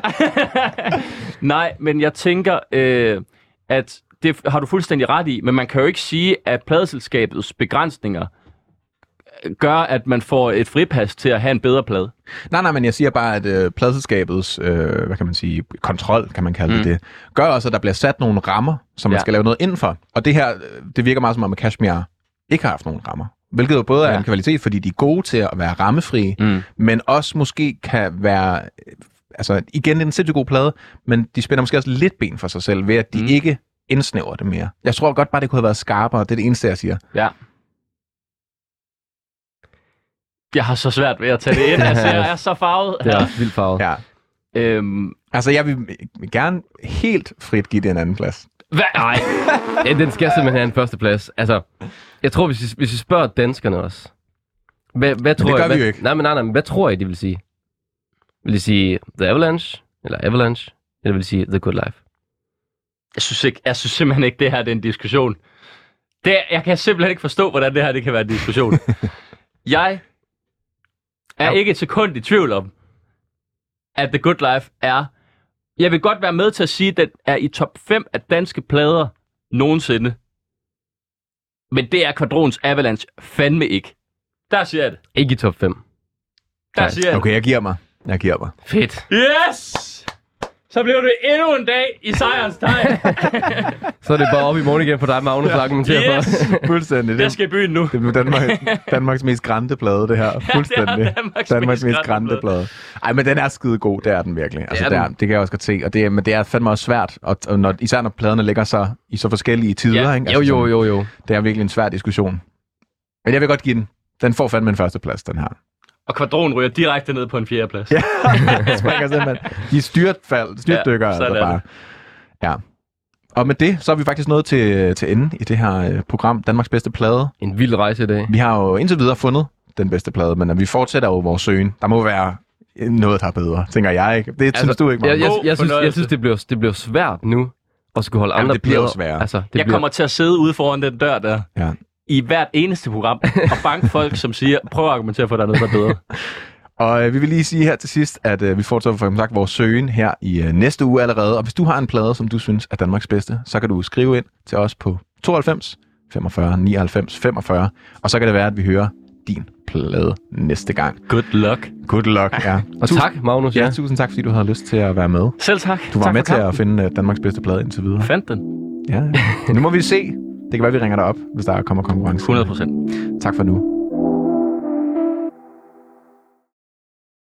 Nej, men jeg tænker, at det har du fuldstændig ret i, men man kan jo ikke sige, at pladeselskabets begrænsninger gør, at man får et fripas til at have en bedre plade. Nej, men jeg siger bare, at pladeselskabets, hvad kan man sige, kontrol, kan man kalde det, gør også, at der bliver sat nogle rammer, som man skal lave noget inden for. Og det her, det virker meget som om, at Kashmir ikke har haft nogen rammer. Hvilket jo både er en kvalitet, fordi de er gode til at være rammefrie, men også måske kan være... Altså, igen, det er en sindssygt god plade, men de spænder måske også lidt ben for sig selv, ved at de ikke indsnævrer det mere. Jeg tror godt bare, det kunne have været skarpere. Det er det eneste, jeg siger. Ja. Jeg har så svært ved at tage det ind. Altså, jeg er så farvet. Det er vildt farvet. Ja. Altså, jeg vil gerne helt frit give det en anden plads. Hvad? Nej. Den skal simpelthen have en 1. plads. Altså, jeg tror, hvis vi spørger danskerne også. Hvad tror det gør vi jo ikke. Nej, men hvad tror I, de vil sige? Vil de sige The Avalanche? Eller Avalanche? Eller vil de sige The Good Life? Jeg synes simpelthen ikke, det her er en diskussion. Jeg kan simpelthen ikke forstå, hvordan det her det kan være en diskussion. Jeg er ikke et sekund i tvivl om, at The Good Life er... Jeg vil godt være med til at sige, at den er i top 5 af danske plader nogensinde. Men det er Quadrons Avalanche fandme ikke. Der siger jeg det. Ikke i top 5. Der siger jeg det. Okay, jeg giver mig. Fedt. Yes! så bliver det endnu en dag i sejrens tegn. Så er det bare op i morgen igen for dig, Magnus, at argumentere for. Fuldstændig. Jeg skal i byen nu. Det bliver Danmarks mest grande plade, det her. Fuldstændig. Danmarks mest grande plade. Ej, men den er skide god, det er den virkelig. Altså, det kan jeg også godt se. Men det er fandme også svært, og især når pladerne ligger så i så forskellige tider. Ikke? Altså, Jo. Det er virkelig en svær diskussion. Men jeg vil godt give den. Den får fandme en førsteplads, den her. Og Kvadron ryger direkte ned på en fjerdeplads. Ja, det springer simpelthen. De styrtdykker altså bare. Ja. Og med det, så er vi faktisk nået til enden i det her program, Danmarks bedste plade. En vild rejse i dag. Vi har jo indtil videre fundet den bedste plade, men vi fortsætter jo vores søgen. Der må være noget, der er bedre, tænker jeg ikke. Det synes du ikke, Magnus? Jeg synes, det bliver svært nu at skulle holde andre det bliver jo svært. Altså, jeg kommer til at sidde ude foran den dør der. Ja. I hvert eneste program, og banke folk, som siger, prøv at argumentere for, at der er noget, der er bedre. Og vi vil lige sige her til sidst, at vi fortsætter som sagt vores søgen her i næste uge allerede. Og hvis du har en plade, som du synes er Danmarks bedste, så kan du skrive ind til os på 92 45 99 45. Og så kan det være, at vi hører din plade næste gang. Good luck. Good luck, ja. Og tak, Magnus. Ja, tusind tak, fordi du havde lyst til at være med. Selv tak. Du var tak med til at finde Danmarks bedste plade indtil videre. Fandt den. Ja. Nu må vi se. Det kan være, vi ringer dig op, hvis der kommer konkurrence. 100%. Tak for nu.